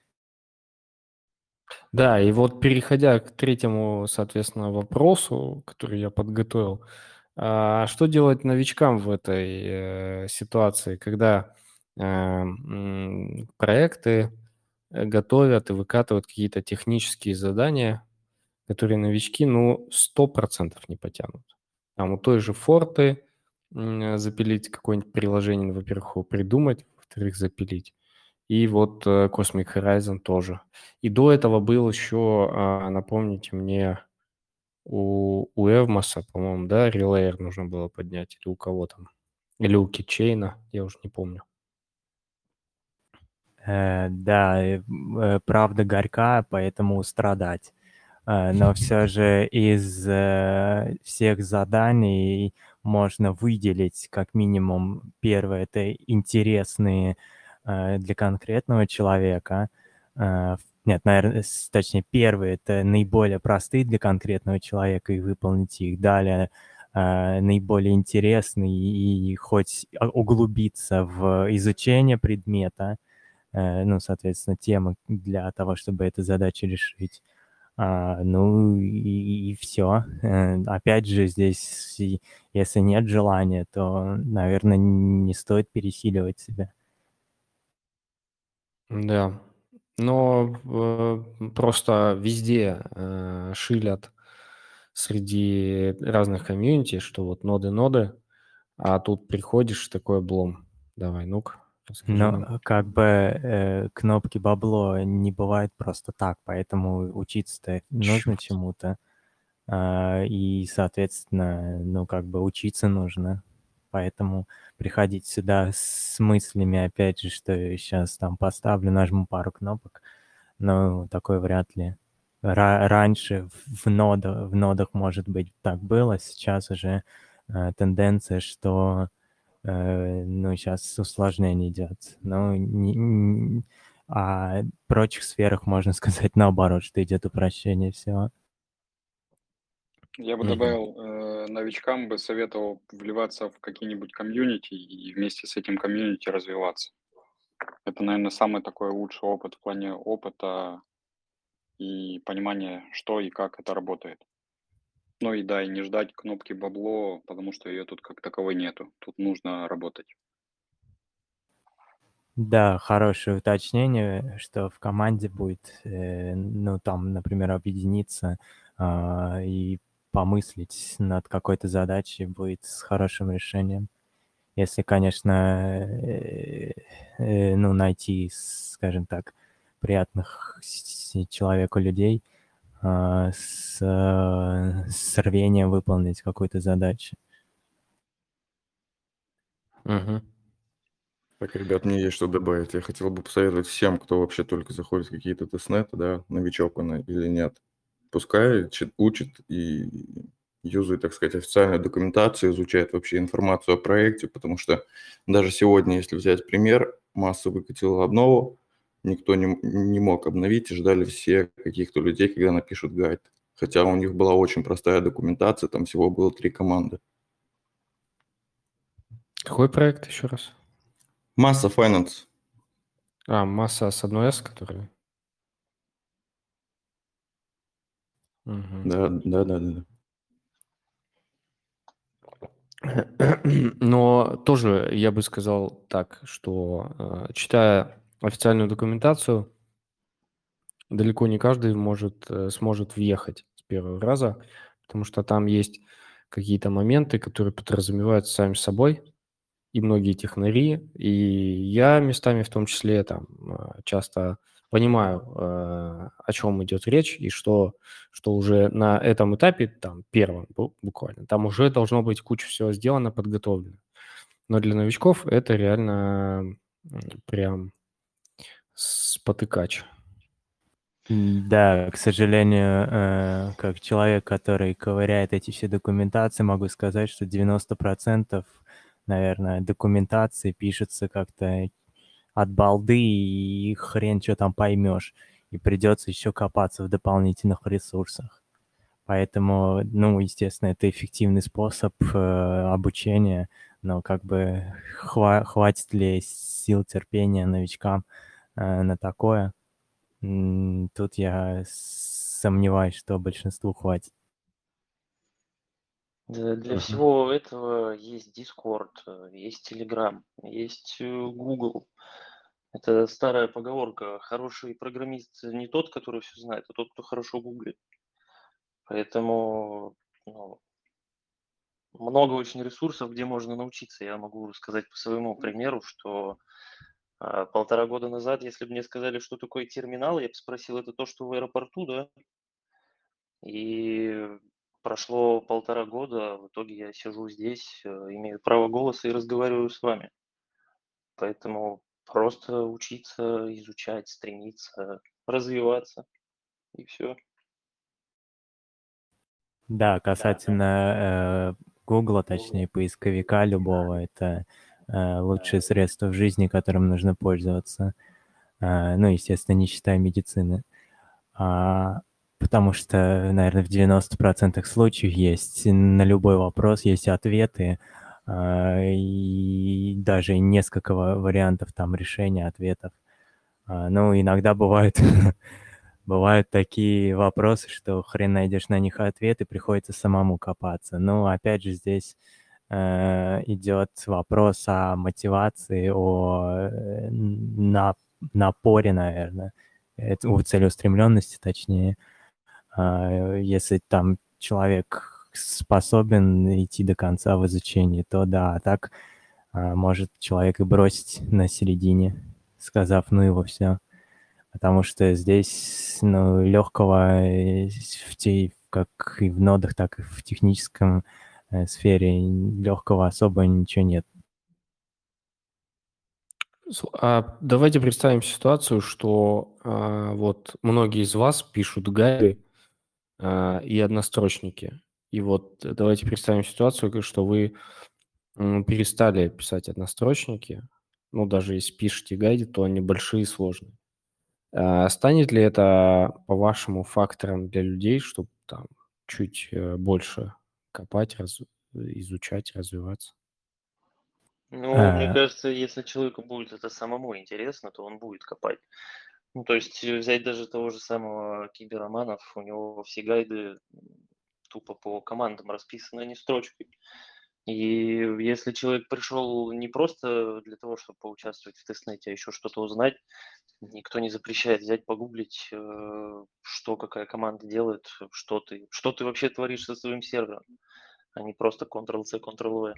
[SPEAKER 1] Да, и вот переходя к третьему, соответственно, вопросу, который я подготовил, а что делать новичкам в этой э, ситуации, когда э, м, проекты э, готовят и выкатывают какие-то технические задания, которые новички, ну, сто процентов не потянут. Там у той же Форты м, запилить какое-нибудь приложение, ну, во-первых, его придумать, во-вторых, запилить. И вот э, Cosmic Horizon тоже. И до этого был еще, а, напомните мне, у, у Эвмоса, по-моему, да, релейер нужно было поднять, или у кого там, или у Китчейна, я уже не помню.
[SPEAKER 4] Э, да, э, э, правда горька, поэтому страдать. Э, но все же из э, всех заданий можно выделить как минимум первое — это интересные э, для конкретного человека. Э, Нет, наверное, точнее, первые — это наиболее простые для конкретного человека, и выполнить их. Далее э, наиболее интересные, и хоть а, углубиться в изучение предмета, э, ну, соответственно, темы для того, чтобы эту задачу решить. А, ну и, и все. Опять же, здесь, и- если нет желания, то, наверное, не стоит пересиливать себя.
[SPEAKER 1] Да, но э, просто везде э, шилят среди разных комьюнити, что вот ноды-ноды, а тут приходишь, такой облом. Давай, ну-ка, расскажи
[SPEAKER 4] Но
[SPEAKER 1] нам.
[SPEAKER 4] э, как бы э, кнопки бабло не бывает просто так, поэтому учиться-то нужно
[SPEAKER 1] Черт.
[SPEAKER 4] чему-то. а, и, соответственно, ну, как бы учиться нужно. Поэтому приходить сюда с мыслями, опять же, что сейчас там поставлю, нажму пару кнопок, ну, такое вряд ли. Ра- раньше в, в нодах, в нодах, может быть, так было, сейчас уже э, тенденция, что э, ну, сейчас усложнение идет. Ну, не- не- а в прочих сферах можно сказать наоборот, что идет упрощение всего.
[SPEAKER 6] Я бы
[SPEAKER 1] Мгм.
[SPEAKER 6] добавил, э, новичкам бы советовал вливаться в какие-нибудь комьюнити и вместе с этим комьюнити развиваться. Это, наверное, самый такой лучший опыт в плане опыта и понимания, что и как это работает. Ну и да, и не ждать кнопки бабло, потому что ее тут как таковой нету. Тут нужно работать.
[SPEAKER 4] Да, хорошее уточнение, что в команде будет, э, ну, там, например, объединиться а, и помыслить над какой-то задачей будет с хорошим решением. Если, конечно, э, э, ну, найти, скажем так, приятных с- человеку людей а, с, э, с рвением выполнить какую-то задачу.
[SPEAKER 1] Мгм.
[SPEAKER 8] Так, ребят, мне есть что добавить. Я хотел бы посоветовать всем, кто вообще только заходит в какие-то тестнеты, да, новичок он или нет, пускай чит- учит и юзает, так сказать, официальную документацию, изучает вообще информацию о проекте, потому что даже сегодня, если взять пример, масса выкатила обнову, никто не, м- не мог обновить, и ждали все каких-то людей, когда напишут гайд. Хотя у них была очень простая документация, там всего было три команды.
[SPEAKER 1] Какой проект еще раз?
[SPEAKER 8] Масса Finance.
[SPEAKER 1] А, масса с одной S, который... Мгм.
[SPEAKER 8] Да, да, да, да. да.
[SPEAKER 1] Но тоже я бы сказал так, что э, читая официальную документацию, далеко не каждый может, э, сможет въехать с первого раза, потому что там есть какие-то моменты, которые подразумеваются сами собой, и многие технари, и я местами в том числе там э, часто понимаю, э, о чем идет речь, и что, что уже на этом этапе, там, первом бу- буквально, там уже должно быть куча всего сделано, подготовлено. Но для новичков это реально м, прям спотыкач.
[SPEAKER 4] М, Да, к сожалению, э, как человек, который ковыряет эти все документации, могу сказать, что девяносто процентов, наверное, документации пишется как-то от балды, и хрен что там поймешь. И придется еще копаться в дополнительных ресурсах. Поэтому, ну, естественно, это эффективный способ э, обучения, но как бы хва- хватит ли сил терпения новичкам э, на такое? М, Тут я сомневаюсь, что большинству хватит.
[SPEAKER 2] Да, для
[SPEAKER 1] Мгм.
[SPEAKER 2] всего этого есть Discord, э, есть Telegram, есть э, Google. Это старая поговорка. Хороший программист не тот, который все знает, а тот, кто хорошо гуглит. Поэтому ну, много очень ресурсов, где можно научиться. Я могу сказать по своему примеру, что а, полтора года назад, если бы мне сказали, что такое терминал, я бы спросил, это то, что в аэропорту, да? И прошло полтора года, в итоге я сижу здесь, э, имею право голоса и разговариваю с вами. Поэтому просто учиться, изучать, стремиться, развиваться, и все.
[SPEAKER 4] Да, касательно э, Гугла, точнее, поисковика любого, это э, лучшее средство в жизни, которым нужно пользоваться. Э, ну, естественно, не считая медицины. А, потому что, наверное, в девяноста процентах случаев есть на любой вопрос есть ответы, а, и даже несколько ва- вариантов там решения ответов. А, ну, иногда бывают, бывают такие вопросы, что хрен найдешь на них ответ, и приходится самому копаться. Ну, опять же, здесь э, идет вопрос о мотивации, о э, на- напоре, наверное, это, о целеустремленности, точнее. А, Если там человек способен идти до конца в изучении, то да, а так а, может человек и бросить на середине, сказав, ну его все. Потому что здесь, ну, легкого э, в, те, как и в нодах, так и в техническом э, сфере легкого особо ничего нет.
[SPEAKER 1] Сл- А давайте представим ситуацию, что а, вот многие из вас пишут гайды а, и однострочники. И вот давайте представим ситуацию, как- что вы м, перестали писать однострочники. Ну, даже если пишете гайды, то они большие и сложные. А станет ли это, по-вашему, фактором для людей, чтобы там чуть э, больше копать, раз- изучать, развиваться?
[SPEAKER 2] Ну, мне
[SPEAKER 4] Э,
[SPEAKER 2] кажется, если человеку будет это самому интересно, то он будет копать. Ну, то есть э, взять даже того же самого Киберроманов, у него все гайды м, тупо по командам расписаны, а не строчкой. И если человек пришел не просто для того, чтобы поучаствовать в тестнете, а еще что-то узнать, никто не запрещает взять, погуглить, э, что какая команда делает, что ты, что ты вообще творишь со своим сервером, а не просто контрол-C, контрол-V.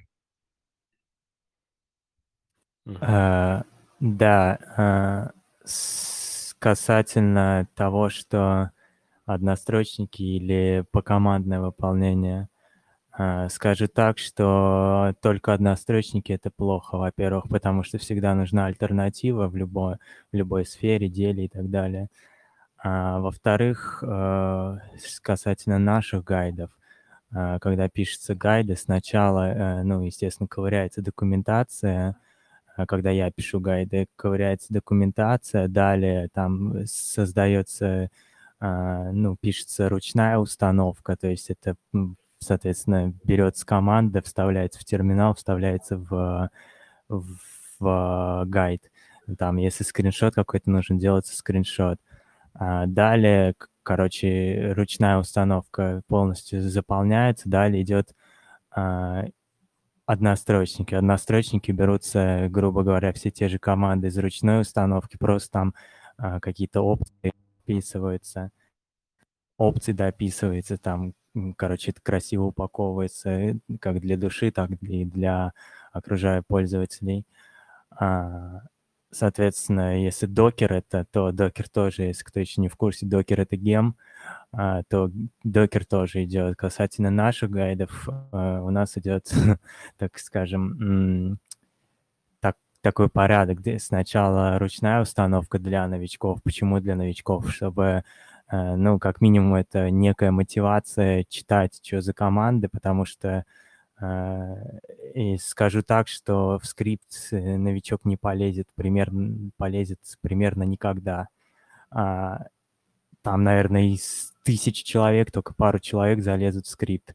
[SPEAKER 1] Мгм.
[SPEAKER 4] э, Да, э, с- касательно того, что однострочники или покомандное выполнение, э, скажу так, что только однострочники — это плохо, во-первых, потому что всегда нужна альтернатива в любой, в любой сфере, деле и так далее. А, во-вторых, э, с- касательно наших гайдов, э, когда пишутся гайды, сначала, э, ну, естественно, ковыряется документация. А когда я пишу гайды, ковыряется документация, далее там создается, а, ну, пишется ручная установка, то есть это, м, соответственно, берется команда, вставляется в терминал, вставляется в, в, в гайд. Там, если скриншот какой-то нужен, делается скриншот. А далее, к- короче, ручная установка полностью заполняется, далее идет а, однострочники. Однострочники берутся, грубо говоря, все те же команды из ручной установки, просто там а, какие-то опции описываются, опции дописываются, там, м, короче, это красиво упаковывается, э, как для души, так и для окружающих пользователей. А, Соответственно, если докер это, то докер тоже, если кто еще не в курсе, докер это гем, а, то докер тоже идет. Касательно наших гайдов, а, у нас идет, так скажем, м, так, такой порядок, где сначала ручная установка для новичков. Почему для новичков? Чтобы, э, ну, как минимум, это некая мотивация читать, что за команды, потому что э, и скажу так, что в скрипт э, новичок не полезет, примерно, полезет примерно никогда. А, Там, наверное, из тысячи человек только пару человек залезут в скрипт.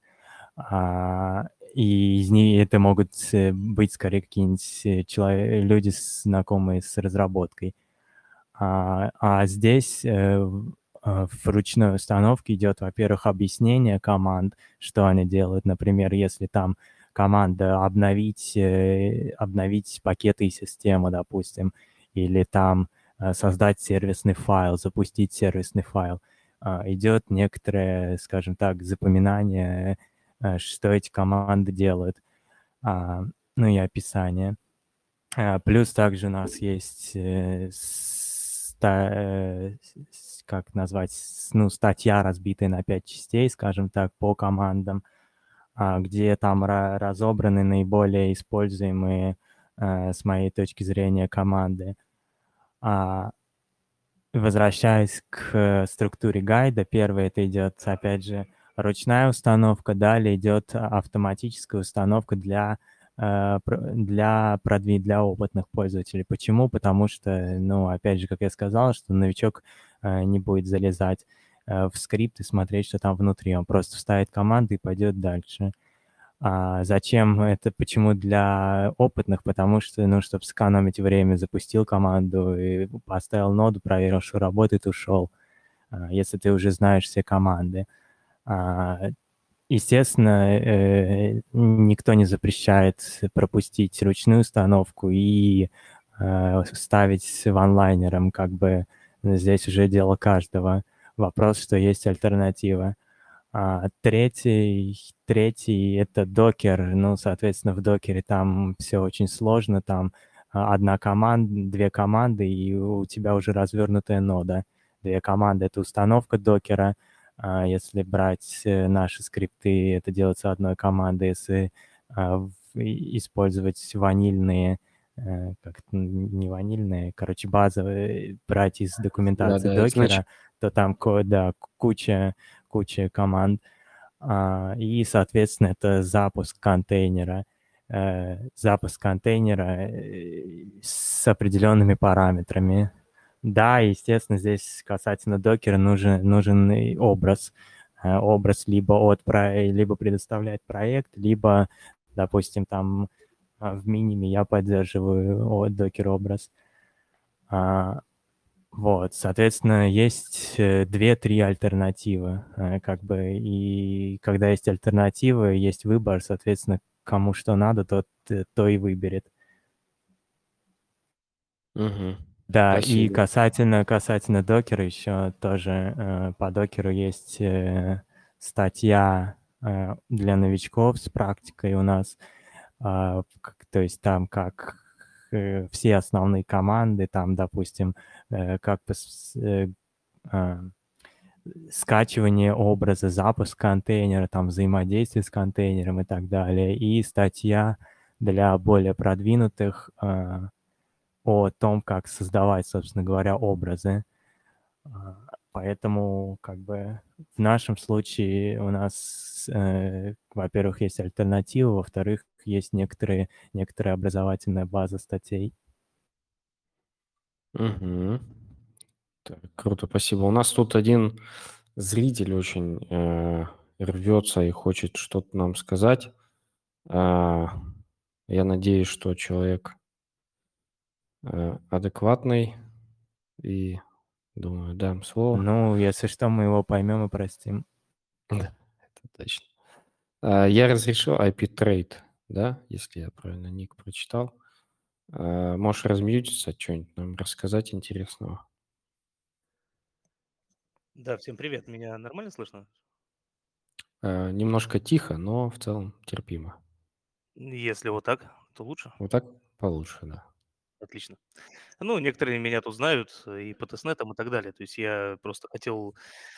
[SPEAKER 4] А, и из них это могут э, быть скорее какие-нибудь э, чело- люди, знакомые с разработкой. А, а здесь э, в а, в ручной установке идет, во-первых, объяснение команд, что они делают. Например, если там команда обновить, э, обновить пакеты и систему, допустим, или там э, создать сервисный файл, запустить сервисный файл, а, идет некоторое, скажем так, запоминание, э, что эти команды делают, а, ну и описание. А, Плюс также у нас есть, э, ста- э, с- как назвать, с- ну, статья, разбитая на пять частей, скажем так, по командам, а, где там ра- разобраны наиболее используемые, э, с моей точки зрения, команды. А, Возвращаясь к э, структуре гайда, первое это идет, опять же, ручная установка, далее идет автоматическая установка для, э, пр- для, продви- для опытных пользователей. Почему? Потому что, ну, опять же, как я сказал, что новичок э, не будет залезать э, в скрипт и смотреть, что там внутри. Он просто вставит команды и пойдет дальше. А зачем это? Почему для опытных? Потому что, ну, чтобы сэкономить время, запустил команду и поставил ноду, проверил, что работает, ушел. А, Если ты уже знаешь все команды. А, Естественно, э, никто не запрещает пропустить ручную установку и э, ставить ванлайнером, как бы здесь уже дело каждого. Вопрос, что есть альтернатива. А, третий, третий это докер. Ну, соответственно, в докере там все очень сложно. Там а, одна команда, две команды, и у тебя уже развернутая нода. Две команды — это установка докера, А если брать э, наши скрипты, это делается одной командой. Если а, в- и- использовать ванильные, э, как это, н- не ванильные, короче, базовые, брать из документации
[SPEAKER 1] Да-да, значит,
[SPEAKER 4] докера, то там ко- да, куча, куча команд. А, и, соответственно, это запуск контейнера. Э, запуск контейнера э, с определенными параметрами. Да, естественно, здесь касательно докера нужен, нужен и образ. Э, Образ либо, от, про- либо предоставляет проект, либо, допустим, там а, в миниме я поддерживаю о- докер-образ. А, Вот, соответственно, есть э, две-три альтернативы, э, как бы, и когда есть альтернативы, есть выбор, соответственно, кому что надо, тот э, то и выберет.
[SPEAKER 1] мгм.
[SPEAKER 4] Да, и
[SPEAKER 1] Спасибо.
[SPEAKER 4] касательно, касательно докера еще тоже э, по докеру есть э, статья э, для новичков с практикой у нас, а, как- то есть там как э, все основные команды, там, допустим, э, как пос- э, а, скачивание образа, запуск контейнера, там взаимодействие с контейнером и так далее. И статья для более продвинутых а, о том, как создавать, собственно говоря, образы. А, Поэтому, как бы, в нашем случае у нас, э, во-первых, есть альтернатива, во-вторых, есть некоторые, некоторая образовательная база статей.
[SPEAKER 1] Мгм. Так, круто, спасибо. У нас тут один зритель очень э, рвется и хочет что-то нам сказать. А, я надеюсь, что человек э, адекватный, и думаю, дам слово.
[SPEAKER 4] Ну, если что, мы его поймем и простим.
[SPEAKER 1] Да, это точно. А, я разрешил ай пи-трейд, да, если я правильно ник прочитал. А, можешь размьютиться, что-нибудь нам рассказать интересного?
[SPEAKER 9] Да, всем привет. Меня нормально слышно?
[SPEAKER 1] А, немножко тихо, но в целом терпимо.
[SPEAKER 9] Если вот так, то лучше.
[SPEAKER 1] Вот так получше, да.
[SPEAKER 9] Отлично. Ну, некоторые меня тут знают э, и по тестнетам и так далее. То есть я просто хотел,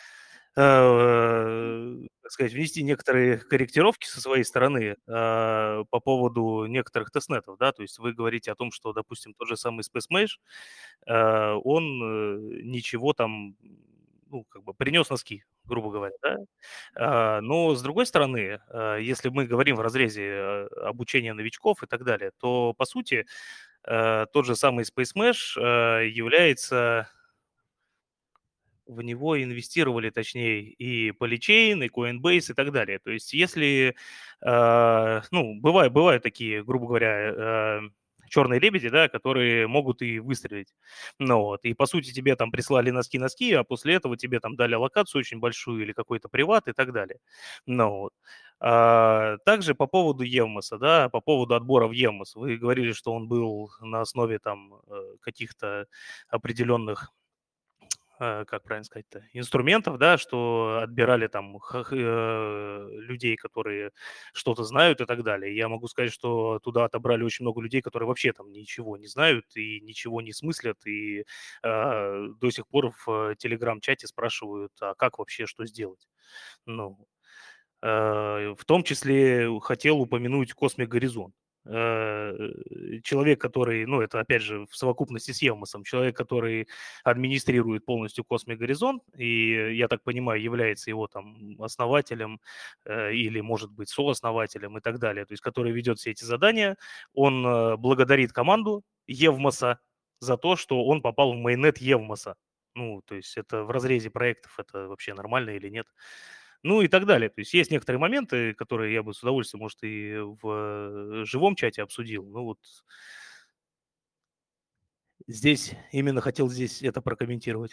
[SPEAKER 9] э, так сказать, внести некоторые корректировки со своей стороны а, по поводу некоторых тестнетов, да. То есть вы говорите о том, что, допустим, тот же самый Space Mesh, э, он э, ничего там, ну, как бы принес носки, грубо говоря, да. А, Но с другой стороны, а, если мы говорим в разрезе э, обучения новичков и так далее, то по сути э, тот же самый Space Mesh э, является, в него инвестировали, точнее, и Polychain, и Coinbase и так далее. То есть если, э, ну, бывают, бывают такие, грубо говоря, э, черные лебеди, да, которые могут и выстрелить. Ну вот, и по сути тебе там прислали носки-носки, а после этого тебе там дали аллокацию очень большую или какой-то приват и так далее. Ну вот. А, также по поводу Евмоса, да, по поводу отбора в Евмос. Вы говорили, что он был на основе там э, каких-то определенных, э, как правильно сказать-то, инструментов, да, что отбирали там хах- э, людей, которые что-то знают и так далее. Я могу сказать, что туда отобрали очень много людей, которые вообще там ничего не знают и ничего не смыслят, и э, до сих пор в э, телеграм-чате спрашивают, а как вообще, что сделать. Ну, Э, в том числе хотел упомянуть «Космик Горизонт». Э, Человек, который, ну, это опять же в совокупности с Евмосом, человек, который администрирует полностью «Космик Горизонт», и, я так понимаю, является его там основателем э, или, может быть, сооснователем и так далее, то есть который ведет все эти задания, он э, благодарит команду Евмоса за то, что он попал в майнет Евмоса. Ну, то есть это в разрезе проектов, это вообще нормально или нет? Ну и так далее. То есть есть некоторые моменты, которые я бы с удовольствием, может, и в э, живом чате обсудил. Ну вот здесь именно хотел здесь это прокомментировать.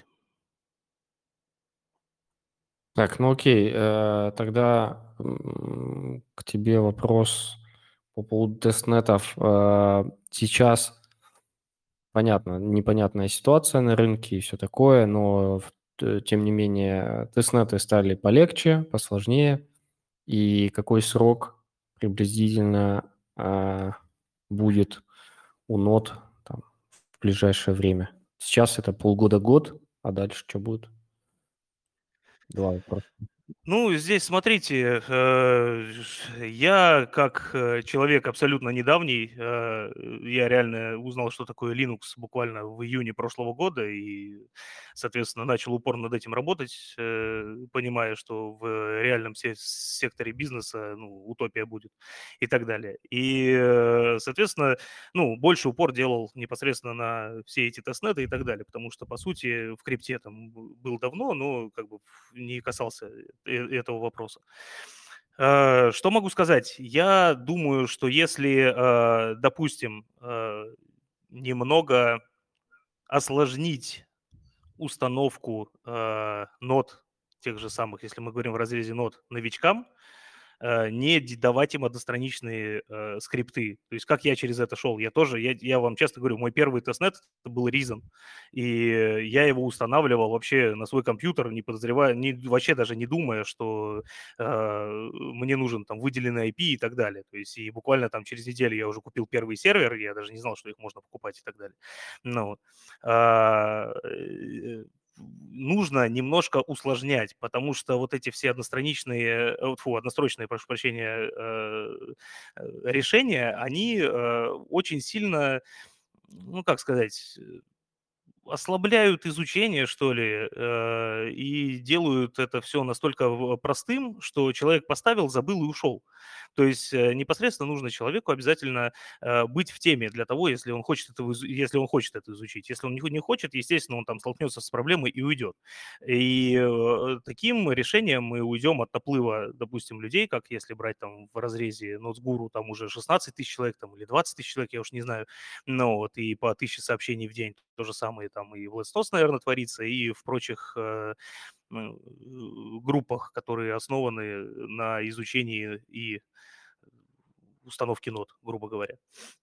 [SPEAKER 1] Так, ну окей, э, тогда м, к тебе вопрос по поводу тестнетов. Э, Сейчас, понятно, непонятная ситуация на рынке и все такое, но в- т- тем не менее тестнеты стали полегче, посложнее. И какой срок приблизительно а, будет у нод там, в ближайшее время? Сейчас это полгода-год, а дальше что будет? Два вопроса.
[SPEAKER 9] Ну, здесь смотрите, э, я как э, человек абсолютно недавний, э, я реально узнал, что такое Linux буквально в июне прошлого года и, соответственно, начал упорно над этим работать, э, понимая, что в реальном се- секторе бизнеса, ну, утопия будет и так далее. И, э, соответственно, ну, больше упор делал непосредственно на все эти тестнеты и так далее, потому что, по сути, в крипте там был давно, но как бы не касался э- этого вопроса. Э, Что могу сказать? Я думаю, что если, э, допустим, э, немного осложнить установку э, нод тех же самых, если мы говорим в разрезе нод, новичкам, э, не д- давать им одностраничные э, скрипты. То есть как я через это шел? Я тоже, я, я вам честно говорю, мой первый тестнет это был Reason, и я его устанавливал вообще на свой компьютер, не подозревая, не, вообще даже не думая, что э, мне нужен там выделенный ай пи и так далее. То есть и буквально там через неделю я уже купил первый сервер, я даже не знал, что их можно покупать и так далее. Ну, вот. А, э, нужно немножко усложнять, потому что вот эти все одностраничные, э, фу, однострочные, прошу прощения, э, э, решения, они э, очень сильно, ну, как сказать, ослабляют изучение, что ли, э, и делают это все настолько в- простым, что человек поставил, забыл и ушел. То есть э, непосредственно нужно человеку обязательно э, быть в теме для того, если он хочет это, изу- если он хочет это изучить. Если он не хо- не хочет, естественно, он там столкнется с проблемой и уйдет. И э, таким решением мы уйдем от наплыва, допустим, людей, как если брать там в разрезе Нотсгуру, там уже шестнадцать тысяч человек там, или двадцать тысяч человек, я уж не знаю, ну вот, и по тысяче сообщений в день то же самое там и в Let's Toast, наверное, творится, и в прочих э, ну, э, группах, которые основаны на изучении и установке нод, грубо говоря.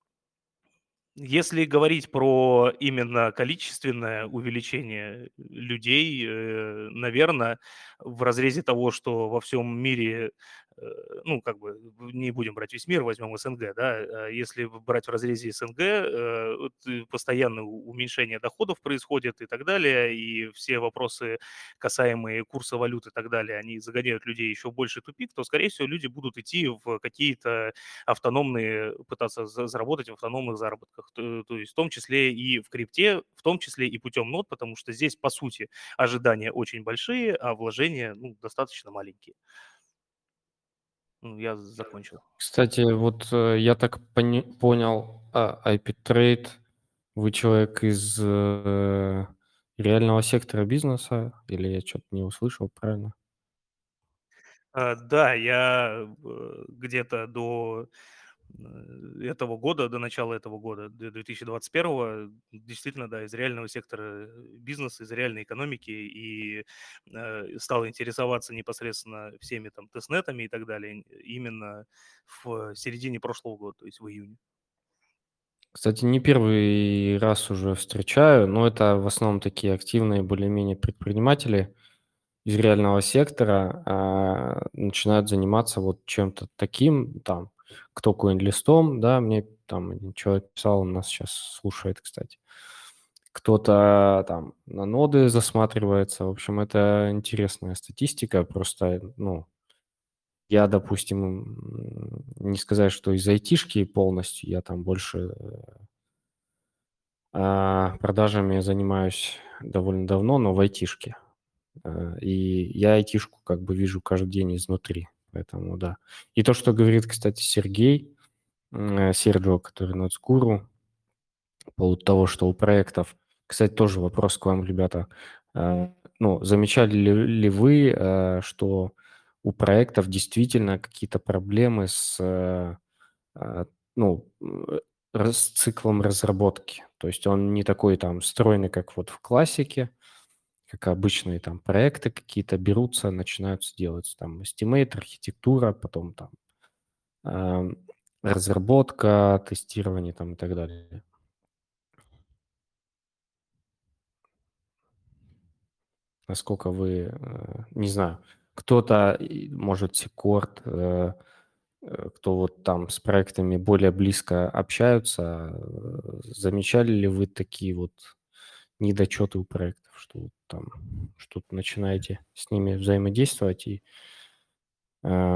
[SPEAKER 9] Если говорить про именно количественное увеличение людей, э, наверное, в разрезе того, что во всем мире, э, ну, как бы не будем брать весь мир, возьмем эс эн гэ, да, а если брать в разрезе эс эн гэ, э, вот, э, постоянное у- уменьшение доходов происходит и так далее, и все вопросы, касаемые курса валют и так далее, они загоняют людей еще в больший тупик, то, скорее всего, люди будут идти в какие-то автономные, пытаться за- заработать в автономных заработках, то, то есть в том числе и в крипте, в том числе и путем нод, потому что здесь, по сути, ожидания очень большие, а вложения ну, достаточно маленькие. Ну, я закончил.
[SPEAKER 1] Кстати, вот э, я так пони- понял, а, ай пи Trade, вы человек из э, реального сектора бизнеса, или я что-то не услышал правильно?
[SPEAKER 9] А, Да, я э, где-то до э, этого года, до начала этого года, до две тысячи двадцать первого, действительно, да, из реального сектора э, бизнеса, из реальной экономики, и э, стал интересоваться непосредственно всеми там тестнетами и так далее именно в середине прошлого года, то есть в июне.
[SPEAKER 1] Кстати, не первый раз уже встречаю, но это в основном такие активные более-менее предприниматели из реального сектора а, начинают заниматься вот чем-то таким, там, кто коин-листом, да, мне там один человек писал, он нас сейчас слушает, кстати. Кто-то там на ноды засматривается. В общем, это интересная статистика. Просто, ну, я, допустим, м, не сказать, что из айтишки полностью, я там больше а, продажами занимаюсь довольно давно, но в айтишке. А, И я айтишку как бы вижу каждый день изнутри. Поэтому да. И то, что говорит, кстати, Сергей, м, э, Серджио, который на Цкуру, по поводу того, что у проектов, кстати, тоже вопрос к вам, ребята. А, Ну, замечали ли, ли вы, э, что у проектов действительно какие-то проблемы с, э, а, ну, м, э, с циклом разработки? То есть он не такой там стройный, как вот в классике, как обычные там проекты какие-то берутся, начинаются делать там estimate, архитектура, потом там ам, разработка, тестирование там и так далее. Насколько вы, э, не знаю, кто-то, и, может, Секорд, э, э, кто вот там с проектами более близко общаются, э, замечали ли вы такие вот недочеты у проектов? что вот там что-то начинаете с ними взаимодействовать, и э,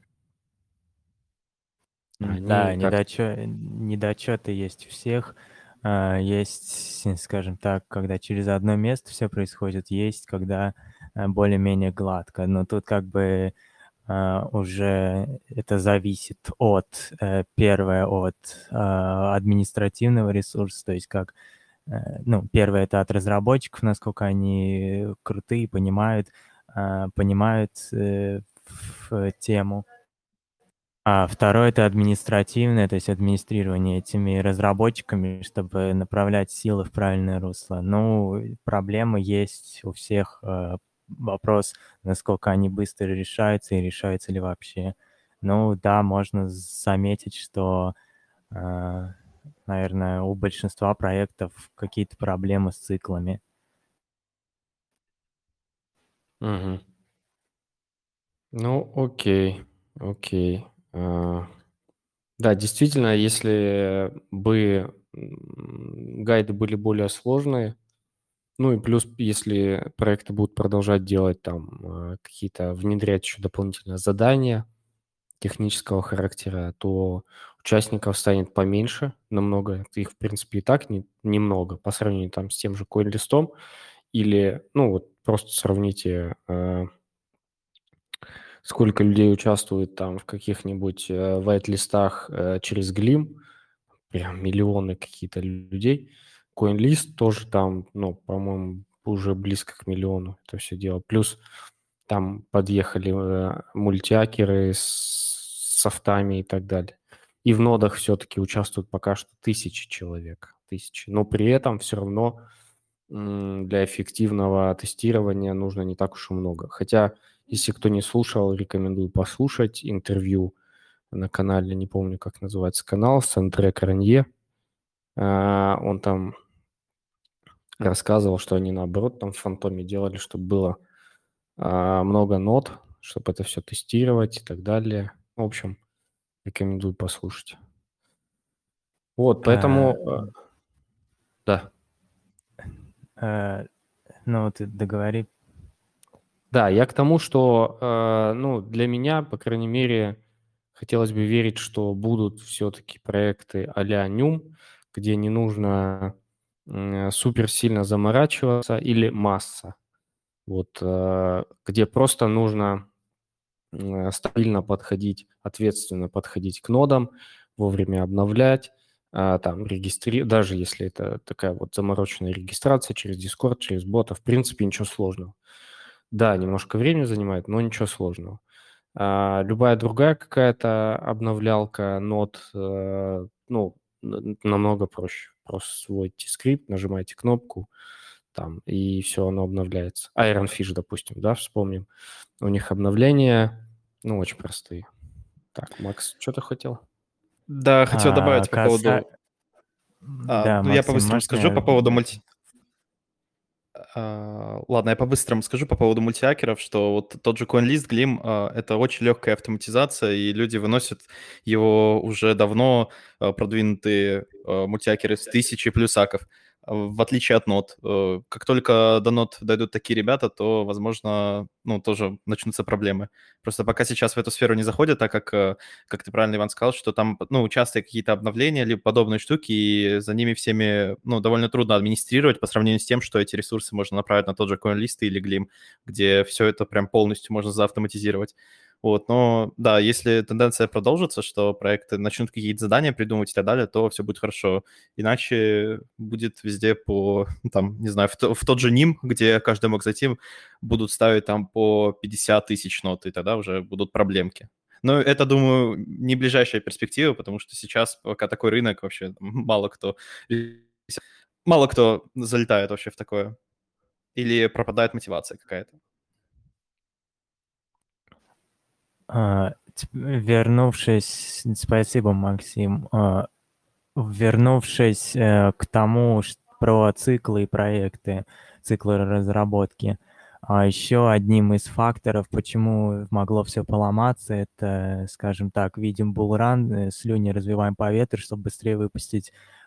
[SPEAKER 4] Да,
[SPEAKER 1] они как...
[SPEAKER 4] недочё- недочеты есть у всех. А, Есть, скажем так, когда через одно место все происходит, есть, когда а, более-менее гладко. Но тут как бы а, уже это зависит от, э, первое, от а, административного ресурса, то есть как, э, ну, первое это от разработчиков, насколько они крутые, понимают, а, понимают э, в тему. А второе это административное, то есть администрирование этими разработчиками, чтобы направлять силы в правильное русло. Ну, и проблемы есть у всех. э, Вопрос, насколько они быстро решаются и решаются ли вообще. Ну да, можно заметить, что, э, наверное, у большинства проектов какие-то проблемы с циклами.
[SPEAKER 1] Мгм. Ну, окей, окей. А, Да, действительно, если бы м, гайды были более сложные, ну и плюс, если проекты будут продолжать делать там а, какие-то, внедрять еще дополнительные задания технического характера, то участников станет поменьше намного. Их, в принципе, и так не, немного по сравнению там с тем же CoinList'ом. Или, ну вот просто сравните, а, сколько людей участвует там в каких-нибудь э, вайт-листах э, через Gleam, прям миллионы какие-то людей. CoinList тоже там, ну, по-моему, уже близко к миллиону это все дело. Плюс там подъехали э, мультиакеры с софтами и так далее. И в нодах все-таки участвуют пока что тысячи человек. Тысячи. Но при этом все равно м, для эффективного тестирования нужно не так уж и много. Хотя, если кто не слушал, рекомендую послушать интервью на канале, не помню, как называется канал, с Андре Каранье. А, Он там рассказывал, что они наоборот там в Фантоме делали, чтобы было а, много нод, чтобы это все тестировать и так далее. В общем, рекомендую послушать. Вот,
[SPEAKER 4] Э,
[SPEAKER 1] поэтому, э, да.
[SPEAKER 4] э, Ну, ты договори.
[SPEAKER 1] Да, я к тому, что, э, ну, для меня, по крайней мере, хотелось бы верить, что будут все-таки проекты а-ля Нюм, где не нужно м, супер сильно заморачиваться, или масса, вот, э, где просто нужно м, стабильно подходить, ответственно подходить к нодам, вовремя обновлять, а, там, регистри... даже если это такая вот замороченная регистрация через Discord, через бота, в принципе, ничего сложного. Да, немножко времени занимает, но ничего сложного. А, любая другая какая-то обновлялка нод, э, ну, н- намного проще. Просто сводите скрипт, нажимаете кнопку, там, и все, оно обновляется. Iron Fish, допустим, да, вспомним. У них обновления, ну, очень простые. Так, Макс, что ты хотел?
[SPEAKER 3] Да, хотел
[SPEAKER 4] А,
[SPEAKER 3] добавить по
[SPEAKER 4] каса...
[SPEAKER 3] поводу... А,
[SPEAKER 4] Да,
[SPEAKER 3] ну, я
[SPEAKER 4] Максим,
[SPEAKER 3] по-быстрому
[SPEAKER 4] можешь
[SPEAKER 3] скажу
[SPEAKER 4] меня
[SPEAKER 3] по поводу мульти...
[SPEAKER 4] договорить?
[SPEAKER 3] А, ладно, я по-быстрому скажу по поводу мультиакеров, что вот тот же CoinList, Gleam, а, это очень легкая автоматизация, и люди выносят его уже давно а, продвинутые а, мультиакеры с тысячи плюс аков, а, в отличие от нод. Э, Как только до нод дойдут такие ребята, то, возможно, ну, тоже начнутся проблемы. Просто пока сейчас в эту сферу не заходят, так как, э, как ты правильно, Иван, сказал, что там, ну, часто какие-то обновления, либо подобные штуки, и за ними всеми, ну, довольно трудно администрировать по сравнению с тем, что эти ресурсы можно направить на тот же CoinList или Gleam, где все это прям полностью можно заавтоматизировать. Вот, но да, если тенденция продолжится, что проекты начнут какие-то задания придумывать и так далее, то все будет хорошо. Иначе будет везде по, ну, там, не знаю, в, то- в тот же ним, где каждый мог зайти, будут ставить там по пятьдесят тысяч нот, и тогда уже будут проблемки. Но это, думаю, не ближайшая перспектива, потому что сейчас пока такой рынок вообще мало кто мало кто залетает вообще в такое. Или пропадает мотивация какая-то.
[SPEAKER 4] А, т- Вернувшись, спасибо, Максим. А, Вернувшись э, к тому, ш- про циклы и проекты, циклы разработки, а еще одним из факторов, почему могло все поломаться, это, скажем так, видим булран, э, слюни развиваем по ветру, чтобы быстрее выпустить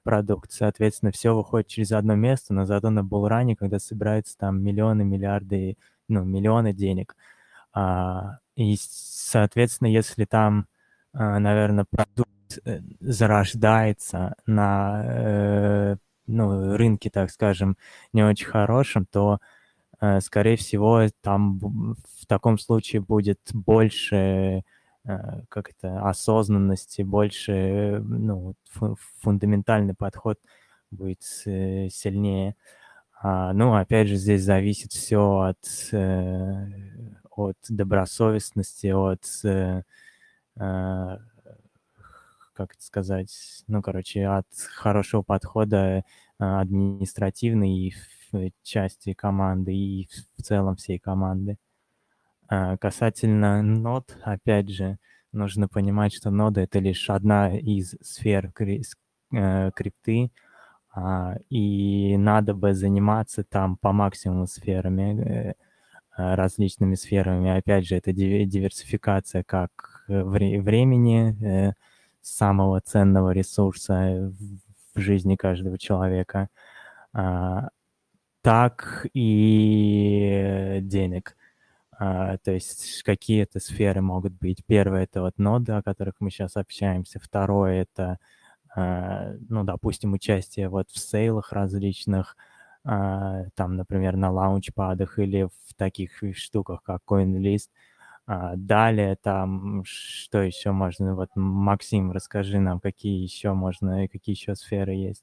[SPEAKER 4] продукт. Соответственно, все выходит через одно место, но зато на булране, когда собираются там миллионы, миллиарды, ну, миллионы денег. А, и, соответственно, если там, наверное, продукт э, зарождается на э, ну, рынке, так скажем, не очень хорошем, то, э, скорее всего, там бу- в таком случае будет больше э, как это, осознанности, больше, э, ну, фу- фундаментальный подход будет э, сильнее. А, ну, опять же, здесь зависит все от, э, от добросовестности, от, э, э, как это сказать, ну, короче, от хорошего подхода а, административной и в части команды, и в целом всей команды. А, Касательно нод, опять же, нужно понимать, что нода — это лишь одна из сфер кри- с- э, крипты, а, и надо бы заниматься там по максимуму сферами, э, э, различными сферами. Опять же, это диви- диверсификация как э, вре- времени, э, самого ценного ресурса в в жизни каждого человека, а, так и денег. А, То есть какие-то сферы могут быть. Первое — это вот ноды, о которых мы сейчас общаемся. Второе — это а, ну, допустим, участие вот в сейлах различных, а, там, например, на лаунчпадах или в таких штуках, как CoinList. А, Далее там, что еще можно, вот, Максим, расскажи нам, какие еще можно, какие еще сферы есть.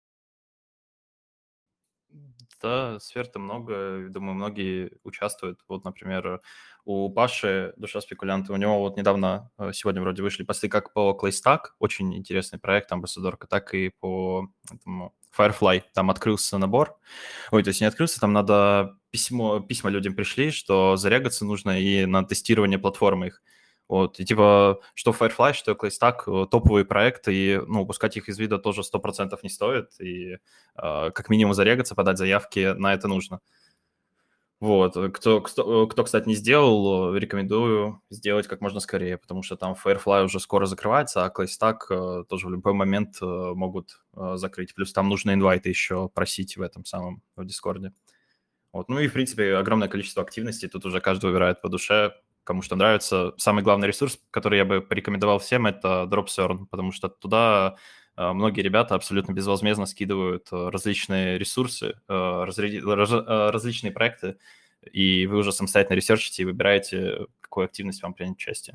[SPEAKER 3] Да, сфер-то много, думаю, многие участвуют. Вот, например, у Паши, душа спекулянта, у него вот недавно, э, сегодня вроде вышли посты как по Claystack, очень интересный проект, амбассадорка, так и по этому Firefly. Там открылся набор. Ой, то есть не открылся, там надо письмо, письма людям пришли, что зарегаться нужно и на тестирование платформы их. Вот, и типа, что Firefly, что Claystack, э, топовые проекты, и, ну, упускать их из вида тоже сто процентов не стоит, и э, как минимум зарегаться, подать заявки, на это нужно. Вот, э, кто, кто, э, кто, кстати, не сделал, э, рекомендую сделать как можно скорее, потому что там Firefly уже скоро закрывается, а Claystack э, тоже в любой момент э, могут э, закрыть. Плюс там нужно инвайты еще просить в этом самом, в Дискорде. Вот. Ну и, в принципе, огромное количество активностей. Тут уже каждый выбирает по душе, кому что нравится. Самый главный ресурс, который я бы порекомендовал всем, это Dropzone, потому что туда э, многие ребята абсолютно безвозмездно скидывают э, различные ресурсы, э, разряди- раз- э, различные проекты, и вы уже самостоятельно ресерчите и выбираете, в какую активность вам принять участие.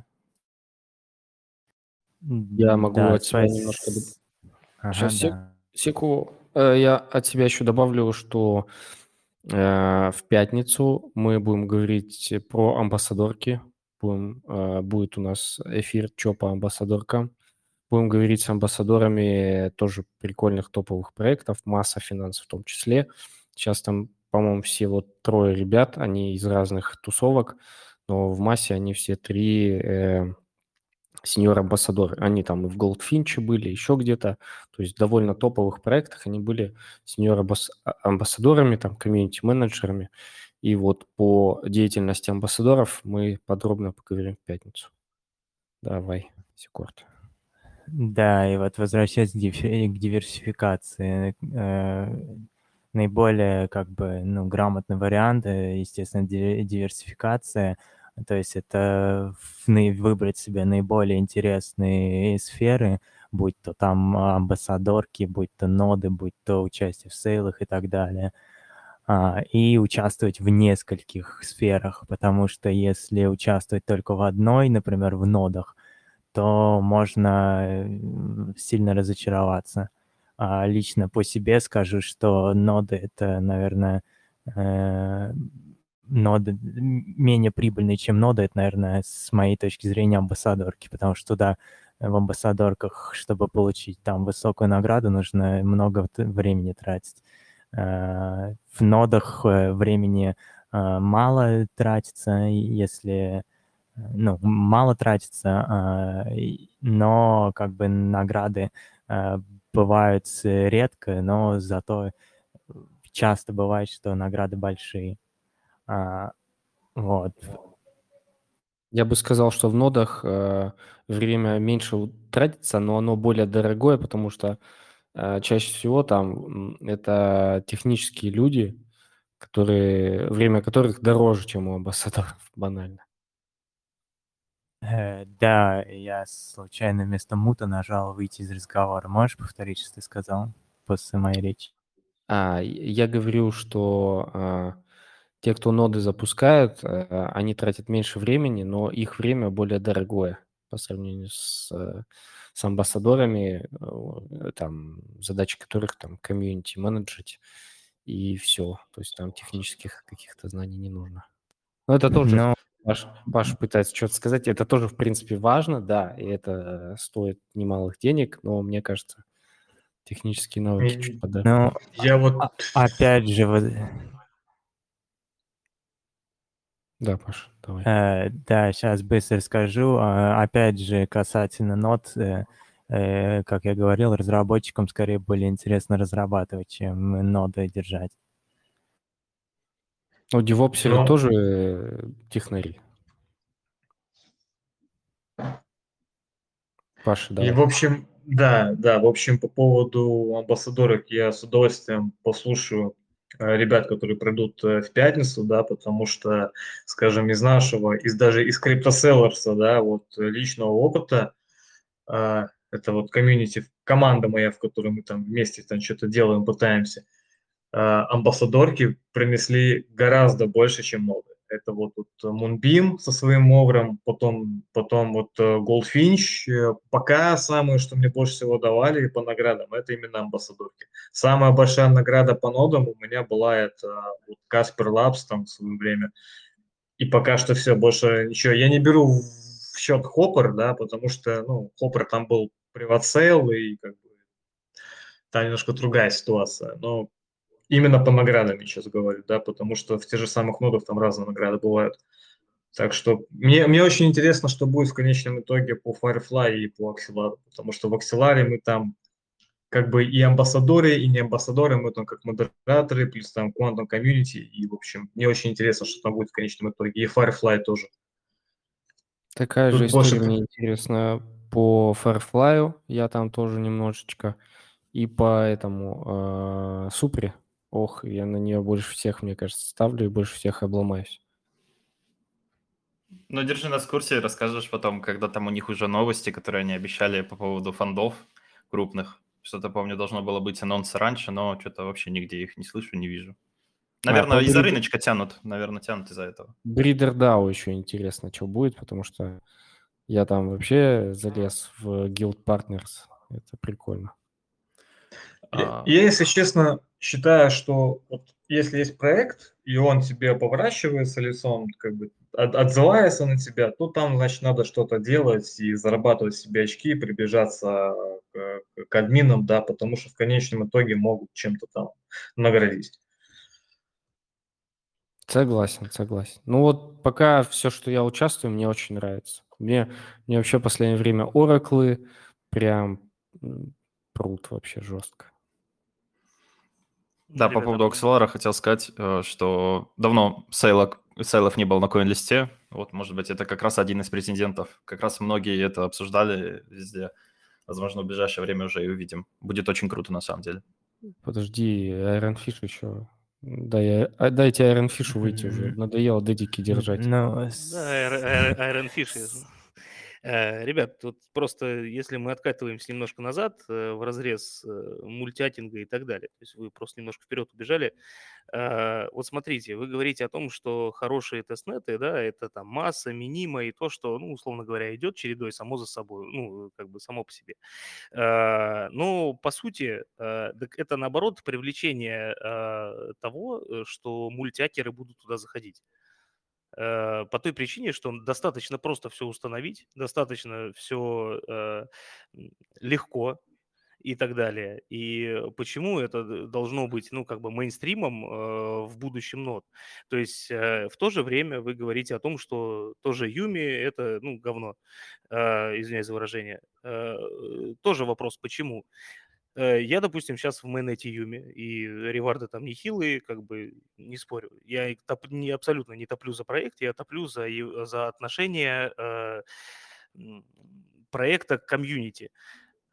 [SPEAKER 1] Я могу
[SPEAKER 4] Да,
[SPEAKER 1] от себя немножко... доп-
[SPEAKER 4] спасибо. Ага,
[SPEAKER 1] Сейчас, сек-
[SPEAKER 4] да.
[SPEAKER 1] секу. Э, Я от себя еще добавлю, что э, в пятницу мы будем говорить про амбассадорки. Будем, э, будет у нас эфир «Чё по амбассадоркам». Будем говорить с амбассадорами тоже прикольных топовых проектов, масса финансов в том числе. Сейчас там, по-моему, все вот трое ребят, они из разных тусовок, но в массе они все три э, сеньор-амбассадоры. Они там и в Goldfinch были, еще где-то. То есть в довольно топовых проектах они были сеньор-амбассадорами, там, комьюнити-менеджерами. И вот по деятельности амбассадоров мы подробно поговорим в пятницу. Давай, Секорд.
[SPEAKER 4] Да, и вот возвращаясь к дифи- к диверсификации, э, наиболее как бы, ну, грамотный вариант, э, естественно, ди- диверсификация. То есть это в- наи- выбрать себе наиболее интересные сферы, будь то там амбассадорки, будь то ноды, будь то участие в сейлах и так далее. А, и участвовать в нескольких сферах, потому что если участвовать только в одной, например, в нодах, то можно э, сильно разочароваться. А лично по себе скажу, что ноды — это, наверное, э, ноды м- менее прибыльные, чем ноды. Это, наверное, с моей точки зрения, амбассадорки, потому что туда э, в амбассадорках, чтобы получить там высокую награду, нужно много т- времени тратить. Э, В нодах э, времени э, мало тратится, и если ну, мало тратится, а, и- но как бы награды а, бывают э, редко, но зато часто бывает, что награды большие. А, Вот.
[SPEAKER 1] Я бы сказал, что в нодах э, время меньше у- тратится, но оно более дорогое, потому что а, чаще всего там м, это технические люди, которые, время которых дороже, чем у амбассадоров, банально.
[SPEAKER 4] Э, Да, я случайно вместо мута нажал выйти из разговора. Можешь повторить, что ты сказал после моей речи?
[SPEAKER 1] А, я говорю, что а, те, кто ноды запускают, а, они тратят меньше времени, но их время более дорогое по сравнению с, э, с амбассадорами, э, там, задачи которых там комьюнити менеджить и все. То есть там технических каких-то знаний не нужно. Но это тоже,
[SPEAKER 4] Ну,
[SPEAKER 1] Паш, Паш пытается что-то сказать, это тоже, в принципе, важно, да, и это стоит немалых денег, но мне кажется, технические навыки чуть
[SPEAKER 7] И-
[SPEAKER 1] подороже.
[SPEAKER 4] ну,
[SPEAKER 7] Я вот
[SPEAKER 4] а- опять же, вот,
[SPEAKER 1] Да, Паш, давай.
[SPEAKER 4] э, да, сейчас быстро скажу. А, Опять же, касательно нот, э, э, как я говорил, разработчикам скорее более интересно разрабатывать, чем ноды держать.
[SPEAKER 1] Ну, девопсеры
[SPEAKER 7] Ну,
[SPEAKER 1] тоже э, технари. Паша,
[SPEAKER 7] и в
[SPEAKER 1] давай.
[SPEAKER 7] общем, да, да, в общем, по поводу амбассадоров я с удовольствием послушаю э, ребят, которые придут э, в пятницу, да, потому что, скажем, из нашего, из даже из криптоселлерса, да, вот э, личного опыта, а, это вот комьюнити, команда моя, в которой мы там вместе там что-то делаем, пытаемся, а, амбассадорки принесли гораздо больше, чем ноды. Это вот, вот Moonbeam со своим мовром, потом, потом вот э, Goldfinch. Э, Пока самое, что мне больше всего давали по наградам, это именно амбассадорки. Самая большая награда по нодам у меня была это вот Casper Labs там в свое время. И пока что все, больше ничего. Я не беру в счет Hopper, да, потому что, ну, Hopper там был приват-сейл, и как бы там немножко другая ситуация. Но именно по наградам я сейчас говорю, да, потому что в тех же самых нодах там разные награды бывают. Так что мне, мне очень интересно, что будет в конечном итоге по Firefly и по Axelar, потому что в Axelar мы там как бы и амбассадоры, и не амбассадоры, мы там как модераторы, плюс там Quantum Community, и, в общем, мне очень интересно, что там будет в конечном итоге, и Firefly тоже.
[SPEAKER 1] Такая же
[SPEAKER 7] Тут больше...
[SPEAKER 1] история мне интересна по Firefly, я там тоже немножечко, и по этому э, Супре. Ох, я на нее больше всех, мне кажется, ставлю и больше всех обломаюсь.
[SPEAKER 3] Ну, держи нас в курсе, расскажешь потом, когда там у них уже новости, которые они обещали по поводу фондов крупных. Что-то, помню, должно было быть анонсы раньше, но что-то вообще нигде их не слышу, не вижу. Наверное,
[SPEAKER 1] а,
[SPEAKER 3] из-за
[SPEAKER 1] Breeder,
[SPEAKER 3] рыночка тянут. Наверное, тянут из-за этого.
[SPEAKER 1] Breeder дао еще интересно, что будет, потому что я там вообще залез в Guild Partners. Это прикольно.
[SPEAKER 7] Я,
[SPEAKER 3] А,
[SPEAKER 7] я, если честно, считаю, что вот если есть проект, и он тебе поворачивается лицом, как бы от- отзывается на тебя, то там, значит, надо что-то делать и зарабатывать себе очки, прибежаться к, к админам, да, потому что в конечном итоге могут чем-то там наградить.
[SPEAKER 1] Согласен, согласен. Ну вот пока все, что я участвую, мне очень нравится. Мне, мне вообще в последнее время ораклы прям м, прут вообще жестко.
[SPEAKER 3] Да, по
[SPEAKER 9] Ребята,
[SPEAKER 3] поводу Axelar хотел сказать, э, что давно сейлок, сейлов не было на CoinList'е. Вот, может быть, это как раз один из претендентов. Как раз многие это обсуждали везде. Возможно, в ближайшее время уже и увидим. Будет очень круто, на самом деле.
[SPEAKER 1] Подожди, Iron Fish еще. Дай, а, дайте Iron Fish выйти уже. Надоело дедики держать.
[SPEAKER 4] Ну,
[SPEAKER 9] Да, Iron, Iron Fish. Э, Ребят, тут просто, если мы откатываемся немножко назад, э, в разрез э, мультятинга и так далее, то есть вы просто немножко вперед убежали. Э, Вот смотрите, вы говорите о том, что хорошие тестнеты, да, это там масса, минима и то, что, ну, условно говоря, идет чередой само за собой, ну, как бы само по себе. Э, Ну, по сути, э, так это наоборот привлечение э, того, э, что мультякеры будут туда заходить. Э, По той причине, что достаточно просто все установить, достаточно все легко и так далее. И почему это д- должно быть, ну, как бы мейнстримом э, в будущем нод? То есть э, в то же время вы говорите о том, что тоже Юми это, ну, говно, э, извиняюсь за выражение. Э, Тоже вопрос, почему? Э, Я, допустим, сейчас в мейнете Юми, и реварды там нехилые, как бы не спорю. Я и топ- не, абсолютно не топлю за проект, я топлю за, ю- за отношение э, м, проекта к комьюнити.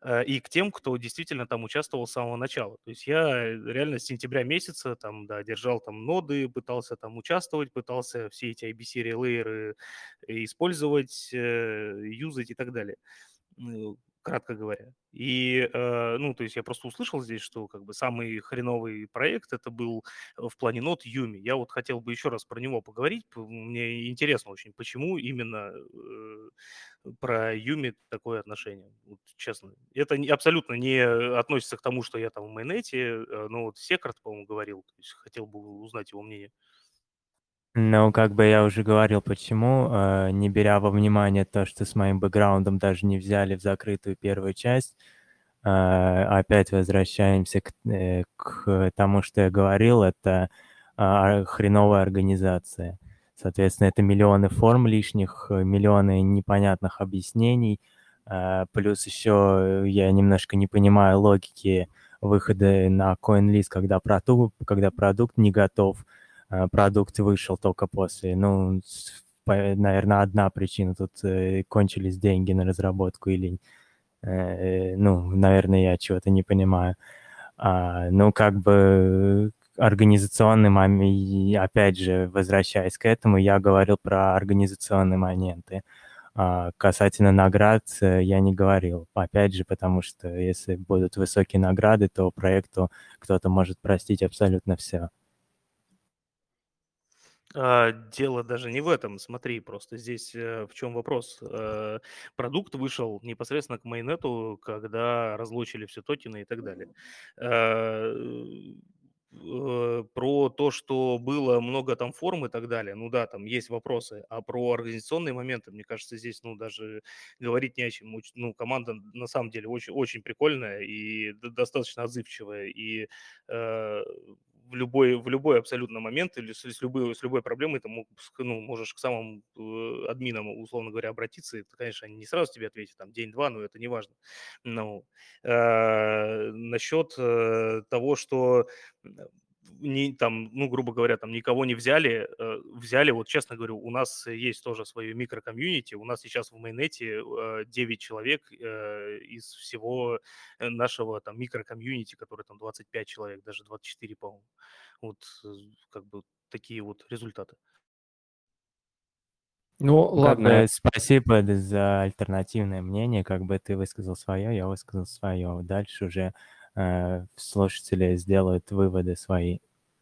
[SPEAKER 9] э, и к тем, кто действительно там участвовал с самого начала. То есть я реально с сентября месяца там, да, держал там ноды, пытался там участвовать, пытался все эти ай би си релейеры использовать, э, юзать и так далее. Ну, кратко говоря. И, э, ну, то есть я просто услышал здесь, что как бы самый хреновый проект это был э, в плане нот Юми. Я вот хотел бы еще раз про него поговорить. П- Мне интересно очень, почему именно э, про Юми такое отношение. Вот, честно. Это не- абсолютно не относится к тому, что я там в майонете, э, но вот Секард, по-моему, говорил. То есть хотел бы узнать его мнение.
[SPEAKER 4] Ну, как бы я уже говорил, почему, э, не беря во внимание то, что с моим бэкграундом даже не взяли в закрытую первую часть, э, опять возвращаемся к, э, к тому, что я говорил, это а, хреновая организация. Соответственно, это миллионы форм лишних, э, миллионы непонятных объяснений, э, плюс еще я немножко не понимаю логики выхода на CoinList, когда продукт, когда продукт не готов, э, продукт вышел только после. Ну, наверное, одна причина. Тут э, кончились деньги на разработку или, э, ну, наверное, я чего-то не понимаю. А, ну, как бы организационный момент, опять же, возвращаясь к этому, я говорил про организационные моменты. А касательно наград э, я не говорил. Опять же, потому что если будут высокие награды, то проекту кто-то может простить абсолютно все.
[SPEAKER 9] А, дело даже не в этом. Смотри, просто здесь э, в чем вопрос. Э, продукт вышел непосредственно к майонету, когда разлочили все токены и так далее. Э, э, Про то, что было много там форм и так далее, ну да, там есть вопросы. А про организационные моменты, мне кажется, здесь, ну, даже говорить не о чем. Уч- Ну, команда на самом деле очень, очень прикольная и д- достаточно отзывчивая. И э, в любой, в любой абсолютно момент или с, с любой, с любой проблемой ты мог, ск- ну, можешь к самым э, админам, условно говоря, обратиться. И, конечно, они не сразу тебе ответят, там, день-два, но это не важно. Ну, э, насчет э, того, что м, не, там, ну, грубо говоря, там никого не взяли, э, взяли, вот честно говорю, у нас есть тоже свое микрокомьюнити, у нас сейчас в майонете э, девять человек э, из всего э, нашего там микрокомьюнити, который там двадцать пять человек, даже двадцать четыре, по-моему. Вот э, как бы такие вот результаты.
[SPEAKER 1] Ну,
[SPEAKER 4] Ну, как
[SPEAKER 1] ладно,
[SPEAKER 4] бы спасибо д- за альтернативное мнение, как бы ты высказал свое, я высказал свое. Дальше уже э, слушатели сделают выводы свои.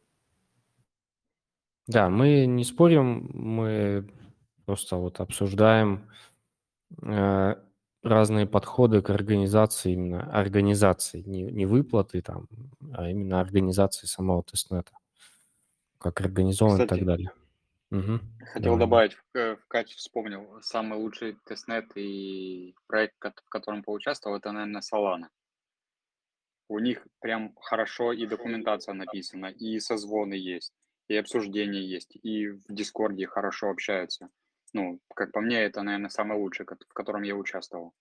[SPEAKER 1] да, мы не спорим, мы просто вот обсуждаем э, разные подходы к организации, именно организации, не, не выплаты там, а именно организации самого тестнета, как организован и так
[SPEAKER 6] Кстати,
[SPEAKER 1] далее. Угу.
[SPEAKER 6] хотел
[SPEAKER 1] Давай.
[SPEAKER 6] добавить, в э, в Кате вспомнил, самый лучший тестнет и проект, кот- в котором поучаствовал, это, наверное, Solana. У них прям хорошо и документация написана, и созвоны есть, и обсуждения есть, и в Дискорде хорошо общаются. Ну, как по мне, это, наверное, самый лучший, кот- в котором я участвовал.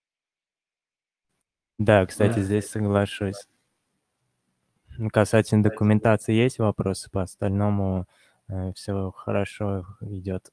[SPEAKER 4] Да, кстати,
[SPEAKER 1] Да.
[SPEAKER 4] здесь соглашусь. Ну, касательно документации есть вопросы, по остальному все хорошо идет.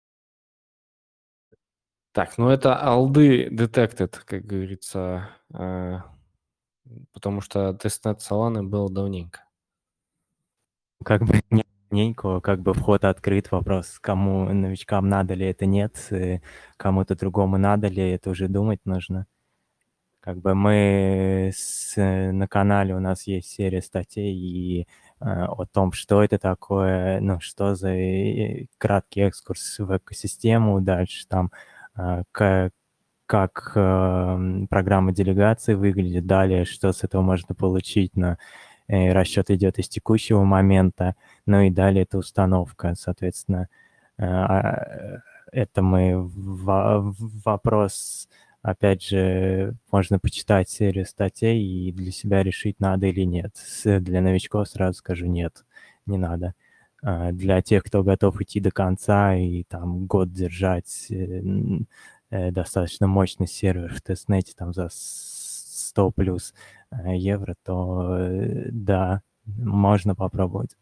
[SPEAKER 1] Так, ну это алды detected, как говорится, э, потому что тестнет Solana был давненько.
[SPEAKER 4] Как бы не давненько, как бы вход открыт, вопрос, кому новичкам надо ли это, нет, э, кому-то другому надо ли, это уже думать нужно. Как бы мы с, э, на канале у нас есть серия статей и э, о том, что это такое, ну, что за э, краткий экскурс в экосистему, дальше там э, как, как э, программа делегации выглядит, далее, что с этого можно получить, на э, расчет идет из текущего момента, ну и далее это установка, соответственно, э, а, это мы в, в вопрос. Опять же, можно почитать серию статей и для себя решить, надо или нет. С- Для новичков сразу скажу нет, не надо. А для тех, кто готов идти до конца и там год держать э, н- э, достаточно мощный сервер в тестнете там за с- сто плюс э, евро, то э, да, можно попробовать.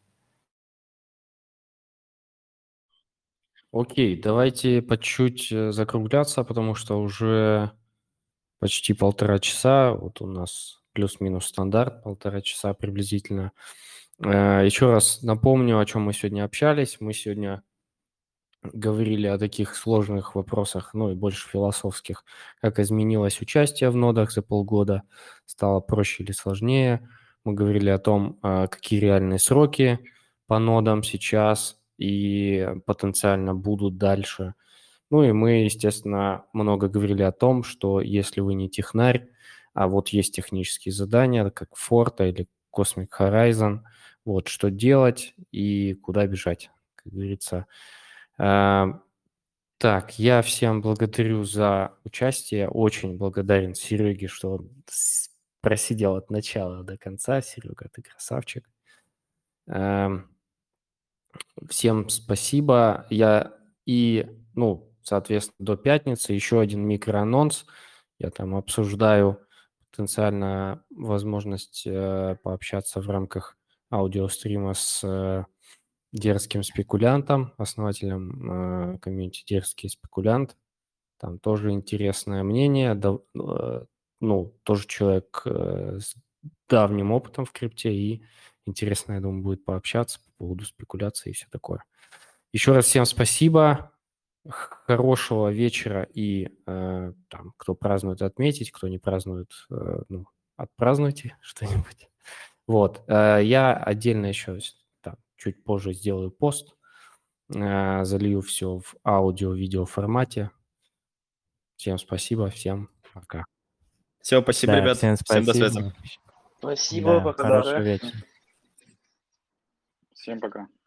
[SPEAKER 1] Окей, давайте по чуть-чуть э, закругляться, потому что уже почти полтора часа. Вот у нас плюс-минус стандарт, полтора часа приблизительно. Э, Еще раз напомню, о чем мы сегодня общались. Мы сегодня говорили о таких сложных вопросах, ну и больше философских, как изменилось участие в нодах за полгода, стало проще или сложнее. Мы говорили о том, а, какие реальные сроки по нодам сейчас и потенциально будут дальше. Ну и мы, естественно, много говорили о том, что если вы не технарь, а вот есть технические задания, как Forta или Cosmic Horizon, вот что делать и куда бежать, как говорится. А, Так, я всем благодарю за участие. Очень благодарен Сереге, что он с- просидел от начала до конца. Серега, ты красавчик. Эм, Всем спасибо. Я и, ну, соответственно, до пятницы еще один микроанонс. Я там обсуждаю потенциально возможность э, пообщаться в рамках аудиострима с э, дерзким спекулянтом, основателем э, комьюнити «Дерзкий спекулянт». Там тоже интересное мнение. да- э, Ну, тоже человек э, с давним опытом в крипте, и интересно, я думаю, будет пообщаться по поводу спекуляции и все такое. Еще раз всем спасибо. Х- Хорошего вечера и э, там, кто празднует, отметить, кто не празднует, э, ну, отпразднуйте что-нибудь. Вот. э, Я отдельно еще с- там, чуть позже сделаю пост, э, залью все в аудио-видео формате. Всем спасибо, всем пока.
[SPEAKER 3] Все, спасибо,
[SPEAKER 4] Да,
[SPEAKER 3] ребят.
[SPEAKER 4] всем
[SPEAKER 3] Всем до связи.
[SPEAKER 4] спасибо.
[SPEAKER 2] Спасибо,
[SPEAKER 4] Да,
[SPEAKER 2] пока-пока.
[SPEAKER 4] хорошего вечера.
[SPEAKER 6] Всем пока.